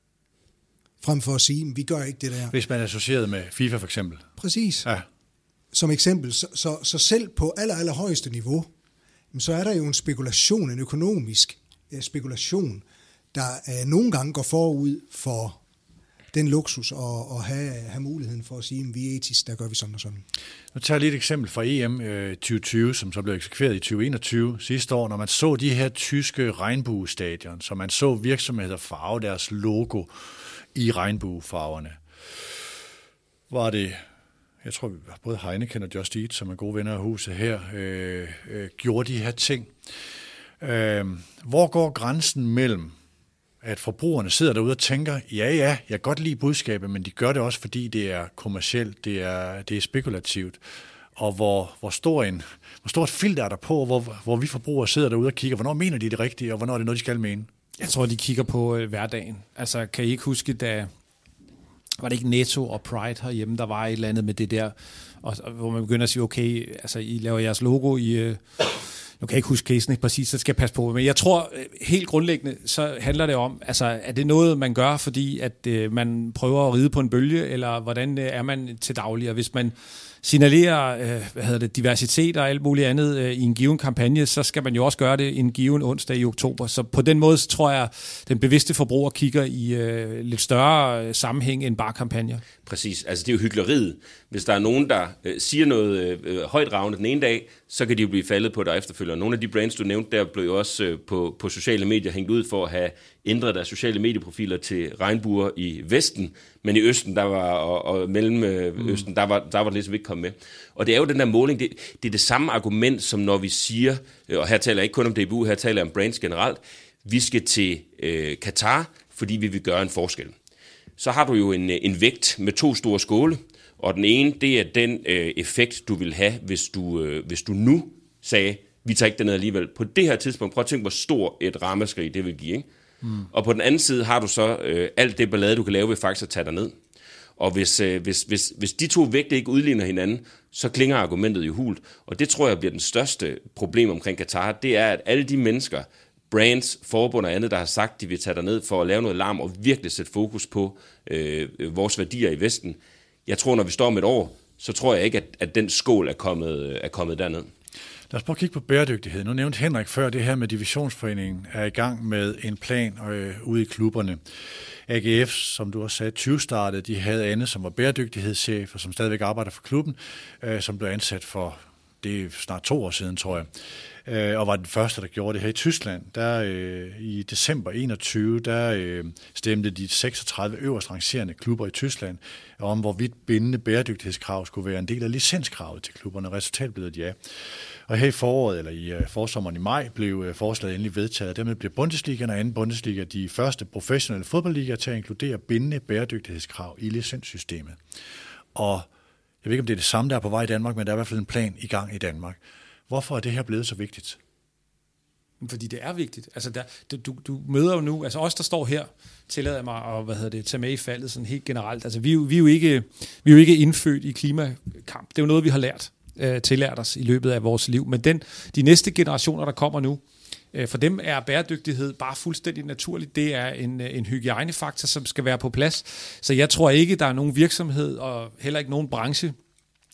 Frem for at sige, at vi gør ikke det der. Hvis man er associeret med FIFA for eksempel. Præcis. Ja. Som eksempel, så, så, så selv på aller, aller højeste niveau, så er der jo en spekulation, en økonomisk spekulation, der uh, nogle gange går forud for den luksus og, og have, have muligheden for at sige, at vi er etisk, der gør vi sådan og sådan. Nu tager jeg lige et eksempel fra E M øh, tyve tyve, som så blev eksekveret i tyve enogtyve sidste år, når man så de her tyske regnbuestadion, så man så virksomheder farve deres logo i regnbuefarverne. Var det, jeg tror både Heineken og Just Eat, som er gode venner af huset her, øh, øh, gjorde de her ting. Øh, hvor går grænsen mellem at forbrugerne sidder derude og tænker, ja, ja, jeg kan godt lide budskabet, men de gør det også, fordi det er kommercielt, det er, det er spekulativt, og hvor, hvor, stor en, hvor stort filter er der på, hvor, hvor vi forbrugere sidder derude og kigger, hvornår mener de det rigtige, og hvornår er det noget, de skal mene? Jeg tror, de kigger på øh, hverdagen. Altså, kan I ikke huske, da var det ikke Netto og Pride herhjemme, der var et eller andet med det der, og, og hvor man begynder at sige, okay, altså, I laver jeres logo i... Øh, Nu kan jeg ikke huske casen ikke præcis, så skal jeg passe på. Men jeg tror helt grundlæggende, så handler det om, altså er det noget, man gør, fordi at øh, man prøver at ride på en bølge, eller hvordan øh, er man til daglig? Og hvis man signalerer øh, hvad hedder det, diversitet og alt muligt andet øh, i en given kampagne, så skal man jo også gøre det en given onsdag i oktober. Så på den måde, så tror jeg, den bevidste forbruger kigger i øh, lidt større øh, sammenhæng end bare kampagner. Præcis. Altså det er jo hykleriet. Hvis der er nogen, der øh, siger noget øh, højtravende den ene dag, så kan de jo blive faldet på der efterfølgende. Nogle af de brands, du nævnte der, blev jo også øh, på, på sociale medier hængt ud for at have ændret deres sociale medieprofiler til regnbuer i Vesten, men i Østen, der var, og, og Mellemøsten, mm. der var, der var det ligesom ikke kommet med. Og det er jo den der måling, det, det er det samme argument, som når vi siger, og her taler jeg ikke kun om D B U, her taler jeg om brands generelt, vi skal til øh, Katar, fordi vi vil gøre en forskel. Så har du jo en, en vægt med to store skåle, og den ene, det er den øh, effekt, du vil have, hvis du, øh, hvis du nu sagde, vi tager ikke den alligevel. På det her tidspunkt, prøv at tænke, hvor stor et ramaskrig det vil give, ikke? Mm. Og på den anden side har du så øh, alt det ballade, du kan lave ved faktisk at tage dig ned. Og hvis, øh, hvis, hvis, hvis de to vægte ikke udligner hinanden, så klinger argumentet jo hult. Og det tror jeg bliver den største problem omkring Katar, det er, at alle de mennesker, brands, forbund og andet, der har sagt, de vil tage dig ned for at lave noget larm og virkelig sætte fokus på øh, vores værdier i Vesten. Jeg tror, når vi står om et år, så tror jeg ikke, at, at den skål er kommet, er kommet derned. Lad os prøve at kigge på bæredygtighed. Nu nævnte Henrik før, det her med Divisionsforeningen er i gang med en plan øh, ude i klubberne. A G F, som du også sagde, tyve startede, de havde Anne, som var bæredygtighedschef, og som stadigvæk arbejder for klubben, øh, som blev ansat for, det er snart to år siden, tror jeg, øh, og var den første, der gjorde det her i Tyskland. Der øh, i december enogtyve, der øh, stemte de seksogtredive øverst rangerende klubber i Tyskland om, hvorvidt bindende bæredygtighedskrav skulle være en del af licenskravet til klubberne. Resultatet blev et ja. Og her i foråret, eller i uh, forsommeren i maj, blev uh, forslaget endelig vedtaget. Dermed bliver Bundesligaen og anden Bundesliga de første professionelle fodboldligaer til at inkludere bindende bæredygtighedskrav i licenssystemet. Og jeg ved ikke, om det er det samme, der er på vej i Danmark, men der er i hvert fald en plan i gang i Danmark. Hvorfor er det her blevet så vigtigt? Fordi det er vigtigt. Altså der, du, du møder jo nu, altså os, der står her, tillader mig at hvad hedder det, tage med i faldet sådan helt generelt. Altså vi, vi, er jo ikke, vi er jo ikke indfødt i klimakamp. Det er jo noget, vi har lært. tillært os i løbet af vores liv. Men den, de næste generationer, der kommer nu, for dem er bæredygtighed bare fuldstændig naturligt. Det er en, en hygiejnefaktor, som skal være på plads. Så jeg tror ikke, der er nogen virksomhed og heller ikke nogen branche,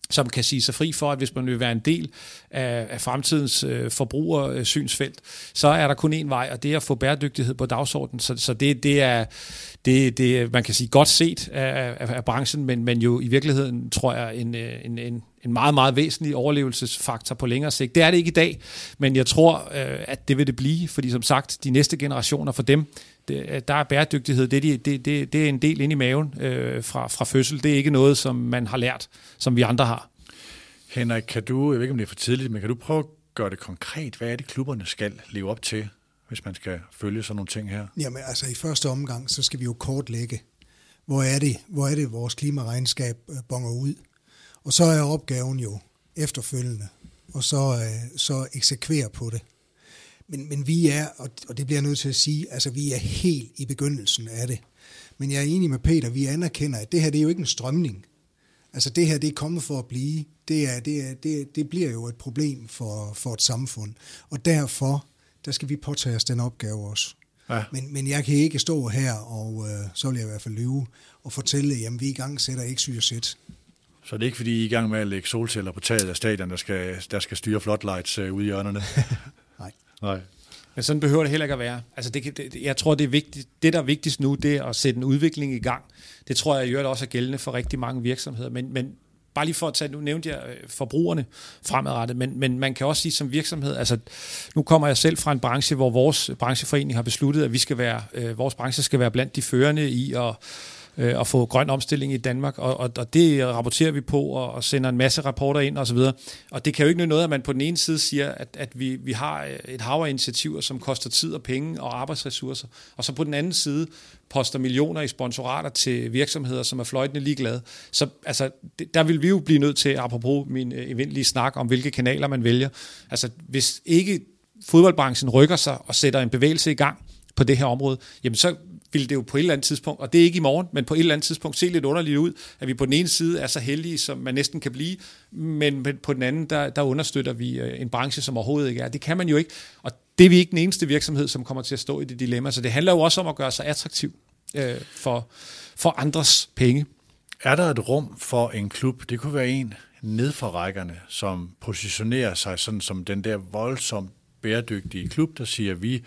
som kan sige sig fri for, at hvis man vil være en del af, af fremtidens øh, forbrugersynsfelt, så er der kun én vej, og det er at få bæredygtighed på dagsordenen. Så, så det, det er, det, det, man kan sige, godt set af, af, af branchen, men, men jo i virkeligheden, tror jeg, en, en, en, en meget, meget væsentlig overlevelsesfaktor på længere sigt. Det er det ikke i dag, men jeg tror, øh, at det vil det blive, fordi som sagt, de næste generationer for dem, det, der er bæredygtighed, det, det, det, det, det er en del inde i maven øh, fra, fra fødsel. Det er ikke noget, som man har lært, som vi andre har. Henrik, kan du, jeg ved ikke, om det er for tidligt, men kan du prøve at gøre det konkret? Hvad er det, klubberne skal leve op til, hvis man skal følge sådan nogle ting her? Jamen altså i første omgang, så skal vi jo kortlægge, hvor er det, hvor er det vores klimaregnskab bonger ud. Og så er opgaven jo efterfølgende, og så, så eksekvere på det. Men, men vi er, og det bliver jeg nødt til at sige, altså vi er helt i begyndelsen af det. Men jeg er enig med Peter, vi anerkender, at det her det er jo ikke en strømning. Altså det her det er kommet for at blive. Det, er, det, er, det, det bliver jo et problem for, for et samfund. Og derfor, der skal vi påtage os den opgave også. Ja. Men, men jeg kan ikke stå her, og øh, så vil jeg i hvert fald lyve, og fortælle, jamen vi i gang sætter ikke syg og sæt. Så det er ikke, fordi I er i gang med at lægge solceller på taget af stadion, der skal, der skal styre floodlights øh, ude i hjørnerne? Nej. Nej. Men sådan behøver det heller ikke at være. Altså det, det, jeg tror, det er vigtigt. Det, der er vigtigst nu, det er at sætte en udvikling i gang. Det tror jeg i øvrigt også er gældende for rigtig mange virksomheder. Men, men bare lige for at tage, nu nævnte jeg forbrugerne fremadrettet, men, men man kan også sige som virksomhed, altså nu kommer jeg selv fra en branche, hvor vores brancheforening har besluttet, at vi skal være, øh, vores branche skal være blandt de førende i at øh, at få grøn omstilling i Danmark, og, og, og det rapporterer vi på, og, og sender en masse rapporter ind og så videre. Og det kan jo ikke noget, at man på den ene side siger, at, at vi, vi har et hav af initiativer, som koster tid og penge og arbejdsressourcer, og så på den anden side poster millioner i sponsorater til virksomheder, som er fløjtende ligeglade. Så altså, det, der vil vi jo blive nødt til, apropos min eventlige snak om, hvilke kanaler man vælger. Altså, hvis ikke fodboldbranchen rykker sig og sætter en bevægelse i gang på det her område, jamen så vil det jo på et eller andet tidspunkt, og det er ikke i morgen, men på et eller andet tidspunkt se lidt underligt ud, at vi på den ene side er så heldige, som man næsten kan blive, men, men på den anden, der, der understøtter vi en branche, som overhovedet ikke er. Det kan man jo ikke, og det er vi ikke den eneste virksomhed, som kommer til at stå i det dilemma. Så det handler jo også om at gøre sig attraktiv øh, for, for andres penge. Er der et rum for en klub? Det kunne være en ned for rækkerne, som positionerer sig sådan som den der voldsomt bæredygtige klub, der siger, vi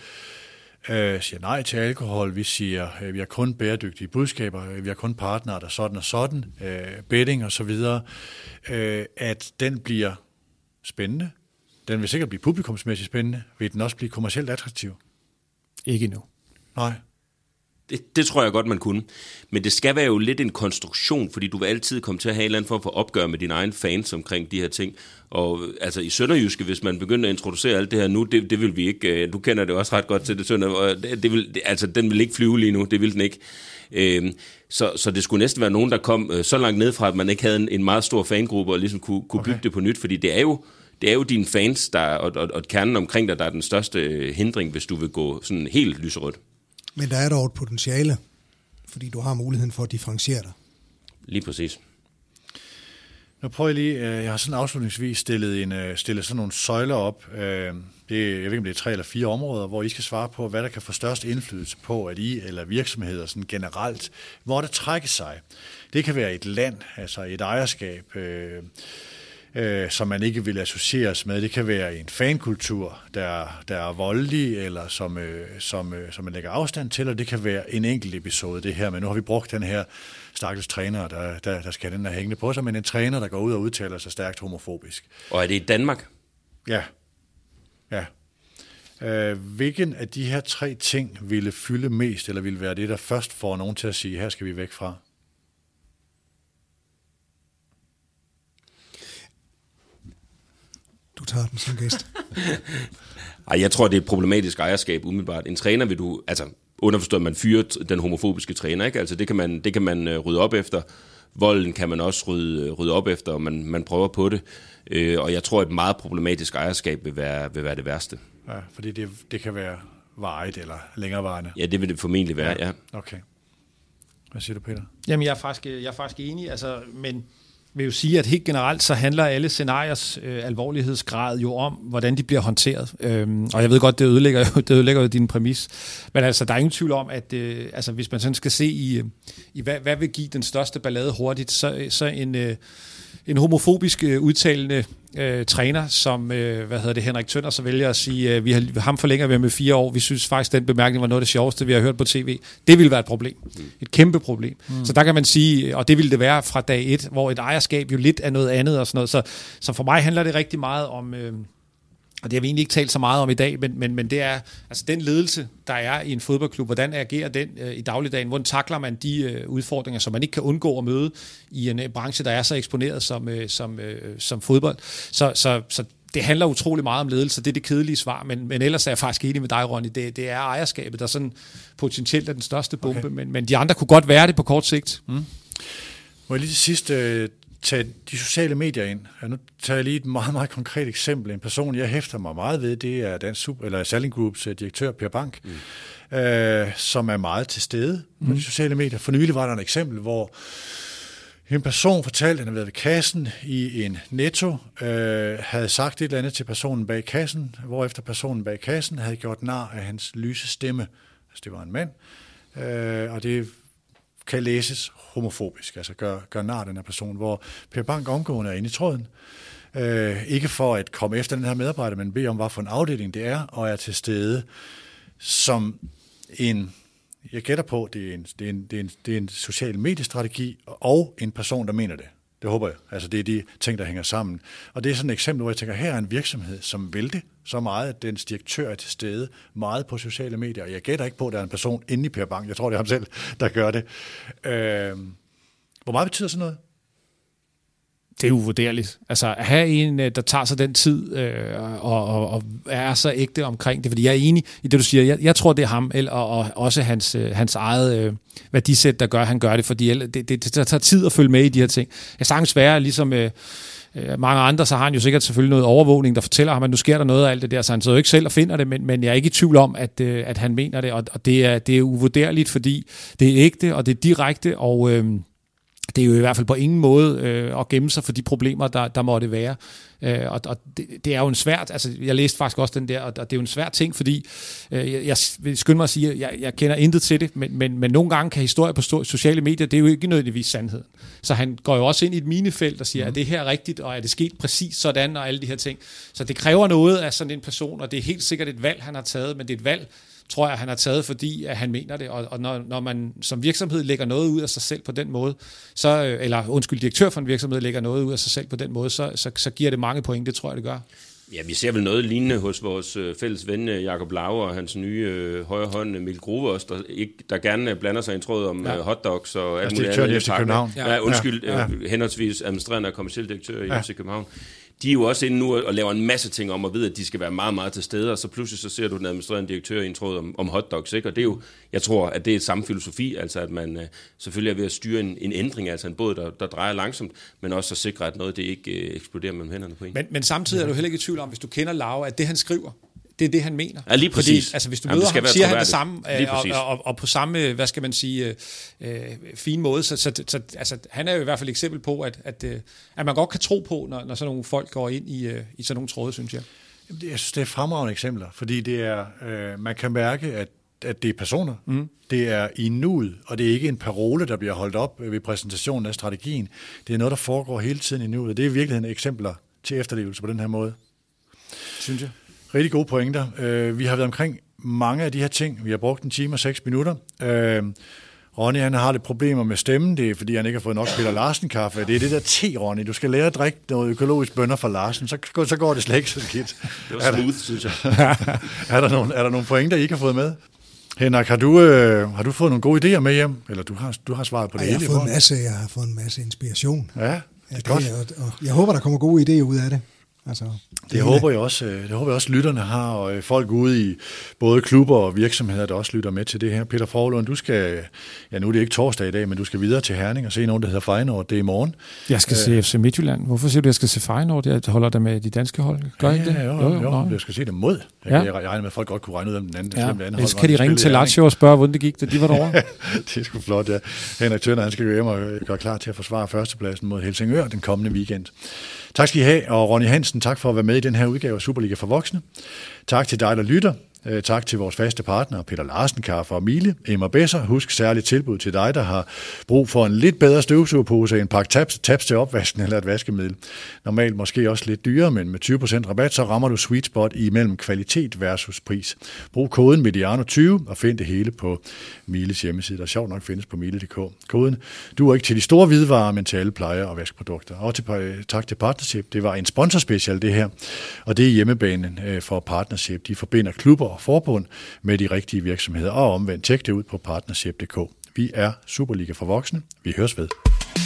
øh, siger nej til alkohol, vi siger, øh, vi har kun bæredygtige budskaber, vi har kun partnere, der sådan og sådan, øh, betting og så videre, øh, at den bliver spændende. Den vil sikkert blive publikumsmæssigt spændende. Vil den også blive kommercielt attraktiv? Ikke endnu. Nej. Det, det tror jeg godt, man kunne. Men det skal være jo lidt en konstruktion, fordi du vil altid komme til at have en eller anden form for opgør med dine egne fans omkring de her ting. Og altså i Sønderjyske, hvis man begynder at introducere alt det her nu, det, det vil vi ikke. Du kender det også ret godt til det Sønder. Det, det vil, det, altså den vil ikke flyve lige nu, det vil den ikke. Øhm, så, så det skulle næsten være nogen, der kom øh, så langt ned fra, at man ikke havde en, en meget stor fangruppe og ligesom kunne, kunne okay. bygge det på nyt, fordi det er jo Det er jo dine fans, der, og, og, og kernen omkring dig, der er den største hindring, hvis du vil gå sådan helt lyserødt. Men der er dog et potentiale, fordi du har muligheden for at differentiere dig. Lige præcis. Nu prøver jeg lige, jeg har sådan afslutningsvis stillet, en, stillet sådan nogle søjler op. Det er, jeg ved ikke, om det er tre eller fire områder, hvor I skal svare på, hvad der kan få størst indflydelse på, at I eller virksomheder sådan generelt, hvor det trækker sig. Det kan være et land, altså et ejerskab, øh, Øh, som man ikke vil associeres med. Det kan være en fankultur, der, der er voldelig, eller som, øh, som, øh, som man lægger afstand til, og det kan være en enkelt episode, det her. Men nu har vi brugt den her stakkels træner, der, der, der skal den der hængende på sig, men en træner, der går ud og udtaler sig stærkt homofobisk. Og er det i Danmark? Ja. Ja. Øh, hvilken af de her tre ting ville fylde mest, eller ville være det, der først får nogen til at sige, her skal vi væk fra? Du tager den som gæst. Ej, jeg tror, det er et problematisk ejerskab umiddelbart. En træner vil du, altså underforstået, at man fyrer den homofobiske træner, ikke? Altså det kan man, det kan man rydde op efter. Volden kan man også rydde, rydde op efter, og man, man prøver på det. Øh, og jeg tror, et meget problematisk ejerskab vil være, vil være det værste. Ja, fordi det, det kan være varigt eller længerevarende. Ja, det vil det formentlig være, ja. ja. Okay. Hvad siger du, Peter? Jamen, jeg er faktisk, jeg er faktisk enig, altså, men vil jo sige, at helt generelt så handler alle scenariers øh, alvorlighedsgrad jo om, hvordan de bliver håndteret. Øhm, og jeg ved godt, det ødelægger jo, det ødelægger jo din præmis. Men altså, der er ingen tvivl om, at øh, altså, hvis man sådan skal se i, i hvad, hvad vil give den største ballade hurtigt, så, så en, øh, en homofobisk øh, udtalende øh, træner, som øh, hvad hedder det, Henrik Tønder, så vælger at sige, øh, vi har ham forlænger vi med fire år. Vi synes faktisk, den bemærkning var noget af det sjoveste, vi har hørt på tv. Det ville være et problem. Mm. Et kæmpe problem. Mm. Så der kan man sige, og det ville det være fra dag et, hvor et ejerskab jo lidt er noget andet og sådan noget. Så, så for mig handler det rigtig meget om... Øh, og det har vi egentlig ikke talt så meget om i dag, men, men, men det er altså den ledelse, der er i en fodboldklub. Hvordan agerer den øh, i dagligdagen? Hvordan takler man de øh, udfordringer, som man ikke kan undgå at møde i en øh, branche, der er så eksponeret som, øh, som, øh, som fodbold? Så, så, så det handler utrolig meget om ledelse. Det er det kedelige svar, men, men ellers er jeg faktisk enig med dig, Ronny. Det, det er ejerskabet, der sådan potentielt er den største bombe, okay. men, men de andre kunne godt være det på kort sigt. Mm. Må jeg lige til sidst... Øh tage de sociale medier ind. Ja, nu tager jeg lige et meget, meget konkret eksempel. En person, jeg hæfter mig meget ved, det er Dansk Super, eller Salling Groups direktør, Per Bank, mm. øh, som er meget til stede mm. på de sociale medier. For nylig var der et eksempel, hvor en person fortalte, at han havde været ved kassen i en Netto, øh, havde sagt et eller andet til personen bag kassen, hvorefter personen bag kassen havde gjort nar af hans lyse stemme. Altså, det var en mand, øh, og det kan læses homofobisk, altså gør, gør nar den her person, hvor Per Bank omgående er inde i tråden. Øh, ikke for at komme efter den her medarbejder, men bede om, hvad for en afdeling det er, og er til stede som en, jeg gætter på, det er en, det er en, det er en, det er en social mediestrategi, og en person, der mener det. Det håber jeg. Altså det er de ting, der hænger sammen. Og det er sådan et eksempel, hvor jeg tænker, her er en virksomhed, som vil det så meget, at dens direktør er til stede meget på sociale medier. Og jeg gætter ikke på, at der er en person inde i Per Bank. Jeg tror, det er ham selv, der gør det. Øh, hvor meget betyder sådan noget? Det er uvurderligt. Altså at have en, der tager sig den tid øh, og, og, og er så ægte omkring det. Fordi jeg er enig i det, du siger. Jeg, jeg tror, det er ham, eller, og, og også hans, øh, hans eget øh, værdisæt, der gør, han gør det. Fordi det, det, det, det tager tid at følge med i de her ting. Jeg sagtens være, ligesom øh, mange andre, så har han jo sikkert selvfølgelig noget overvågning, der fortæller ham, at nu sker der noget af alt det der. Så han sidder jo ikke selv og finder det, men, men jeg er ikke i tvivl om, at, øh, at han mener det. Og, og det, er, det er uvurderligt, fordi det er ægte, og det er direkte, og... Øh, det er jo i hvert fald på ingen måde øh, at gemme sig for de problemer, der, der måtte være. Øh, og og det, det er jo en svært, altså jeg læste faktisk også den der, og det er jo en svær ting, fordi øh, jeg, jeg vil skynde mig at sige, at jeg, jeg kender intet til det, men, men, men nogle gange kan historier på sociale medier, det er jo ikke nødvendigvis sandhed. Så han går jo også ind i et minefelt og siger, mm. er det her rigtigt, og er det sket præcis sådan, og alle de her ting. Så det kræver noget af sådan en person, og det er helt sikkert et valg, han har taget, men det er et valg, tror jeg, han har taget, fordi at han mener det. Og, og når, når man som virksomhed lægger noget ud af sig selv på den måde, så, eller undskyld, direktør for en virksomhed lægger noget ud af sig selv på den måde, så, så, så giver det mange point, det tror jeg, det gør. Ja, vi ser vel noget lignende hos vores øh, fælles ven Jakob Lauer og hans nye øh, højre hånd Mikkel Grove også, der, ikke, der gerne blander sig i en tråd om ja. øh, hotdogs og alt muligt andet. Direktør i København. Ja, ja, undskyld, ja. Øh, henholdsvis administrerende og kommerciel direktør i ja. F C København. De er jo også inde nu og laver en masse ting om at vide, at de skal være meget, meget til stede, og så pludselig så ser du den administrerende direktør i en tråd om, om hotdogs, ikke? Og det er jo, jeg tror, at det er et samme filosofi, altså at man øh, selvfølgelig er ved at styre en, en ændring, altså en båd, der, der drejer langsomt, men også at sikre, at noget det ikke øh, eksploderer mellem hænderne på en. Men, men samtidig er du heller ikke i tvivl om, hvis du kender Lauer, at det han skriver, det er det, han mener. Ja, lige præcis. Fordi, altså, hvis du møder ham, siger han det samme, og, og, og, og på samme, hvad skal man sige, øh, fin måde. Så, så, så altså, han er jo i hvert fald et eksempel på, at, at, at man godt kan tro på, når, når sådan nogle folk går ind i, i sådan nogle tråde, synes jeg. Jeg synes, det er fremragende eksempler, fordi det er, øh, man kan mærke, at, at det er personer. Mm. Det er i nuet, og det er ikke en parole, der bliver holdt op ved præsentationen af strategien. Det er noget, der foregår hele tiden i nuet. Det er i virkeligheden eksempler til efterlevelse på den her måde. Synes jeg. Rigtig gode pointer. Uh, vi har været omkring mange af de her ting. Vi har brugt en time og seks minutter. Uh, Ronny, han har lidt problemer med stemmen. Det er, fordi han ikke har fået nok Peter Larsen-kaffe. Det er det der te, Ronny. Du skal lære at drikke noget økologisk bønner fra Larsen. Så, så går det slet ikke så skidt. Det var smooth, synes jeg. er, der nogle, er der nogle pointer, I ikke har fået med? Henrik, har du, øh, har du fået nogle gode idéer med hjem? Eller du har, du har svaret på det ja, hele? Jeg har, fået en masse, jeg har fået en masse inspiration. Ja, det er ja, det, godt. Og, og jeg håber, der kommer gode idéer ud af det. Altså, det, det håber jeg også, det håber jeg også lytterne har, og folk ude i både klubber og virksomheder, der også lytter med til det her. Peter Forlund, du skal, ja nu er det ikke torsdag i dag, men du skal videre til Herning og se nogen, der hedder Feyenoord, det er i morgen. Jeg skal øh, se F C Midtjylland. Hvorfor siger du, at jeg skal se Feyenoord? Jeg holder der med de danske hold. Gør ja, ikke det? Ja, jo, jo, jo, jo. Jeg skal se dem mod. Jeg, ja. jeg, jeg regner med, at folk godt kunne regne ud af den anden. Ja. Den anden Ellers kan de ringe til Lazio og spørge, hvordan det gik, da de var derovre. Det er sgu flot, ja. Henrik Tønder, han skal gå hjem og gøre klar til at forsvare førstepladsen mod Helsingør den kommende weekend. Tak skal I have, og Ronny Hansen, tak for at være med i den her udgave af Superliga for Voksne. Tak til dig, der lytter. Øh, tak til vores faste partnere, Peter Larsen Kaffe og Miele. Emma Besser, husk særligt tilbud til dig, der har brug for en lidt bedre støvsugerpose, en pakke tabs, tabs til opvasken eller et vaskemiddel. Normalt måske også lidt dyrere, men med tyve procent rabat, så rammer du sweet spot imellem kvalitet versus pris. Brug koden Mediano tyve og find det hele på Mieles hjemmeside, der sjovt nok findes på miele punktum d k. Koden duer ikke til de store hvidevarer, men til alle pleje- og vaskeprodukter. Og til, tak til Partnership. Det var en sponsorspecial, det her. Og det er hjemmebanen for Partnership. De forbinder klubber og forbund med de rigtige virksomheder. Og omvendt, tjek det ud på partnership punktum d k. Vi er Superliga for voksne. Vi høres ved.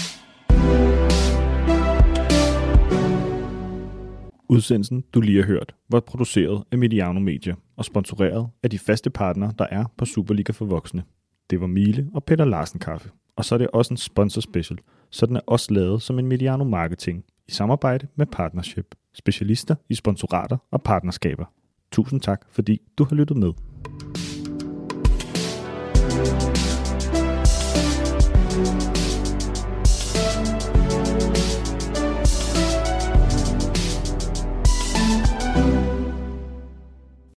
Udsendelsen, du lige har hørt, var produceret af Mediano Media og sponsoreret af de faste partnere, der er på Superliga for voksne. Det var Miele og Peter Larsen Kaffe. Og så er det også en sponsor special, så den er også lavet som en Mediano Marketing i samarbejde med Partnership, specialister i sponsorater og partnerskaber. Tusind tak, fordi du har lyttet med.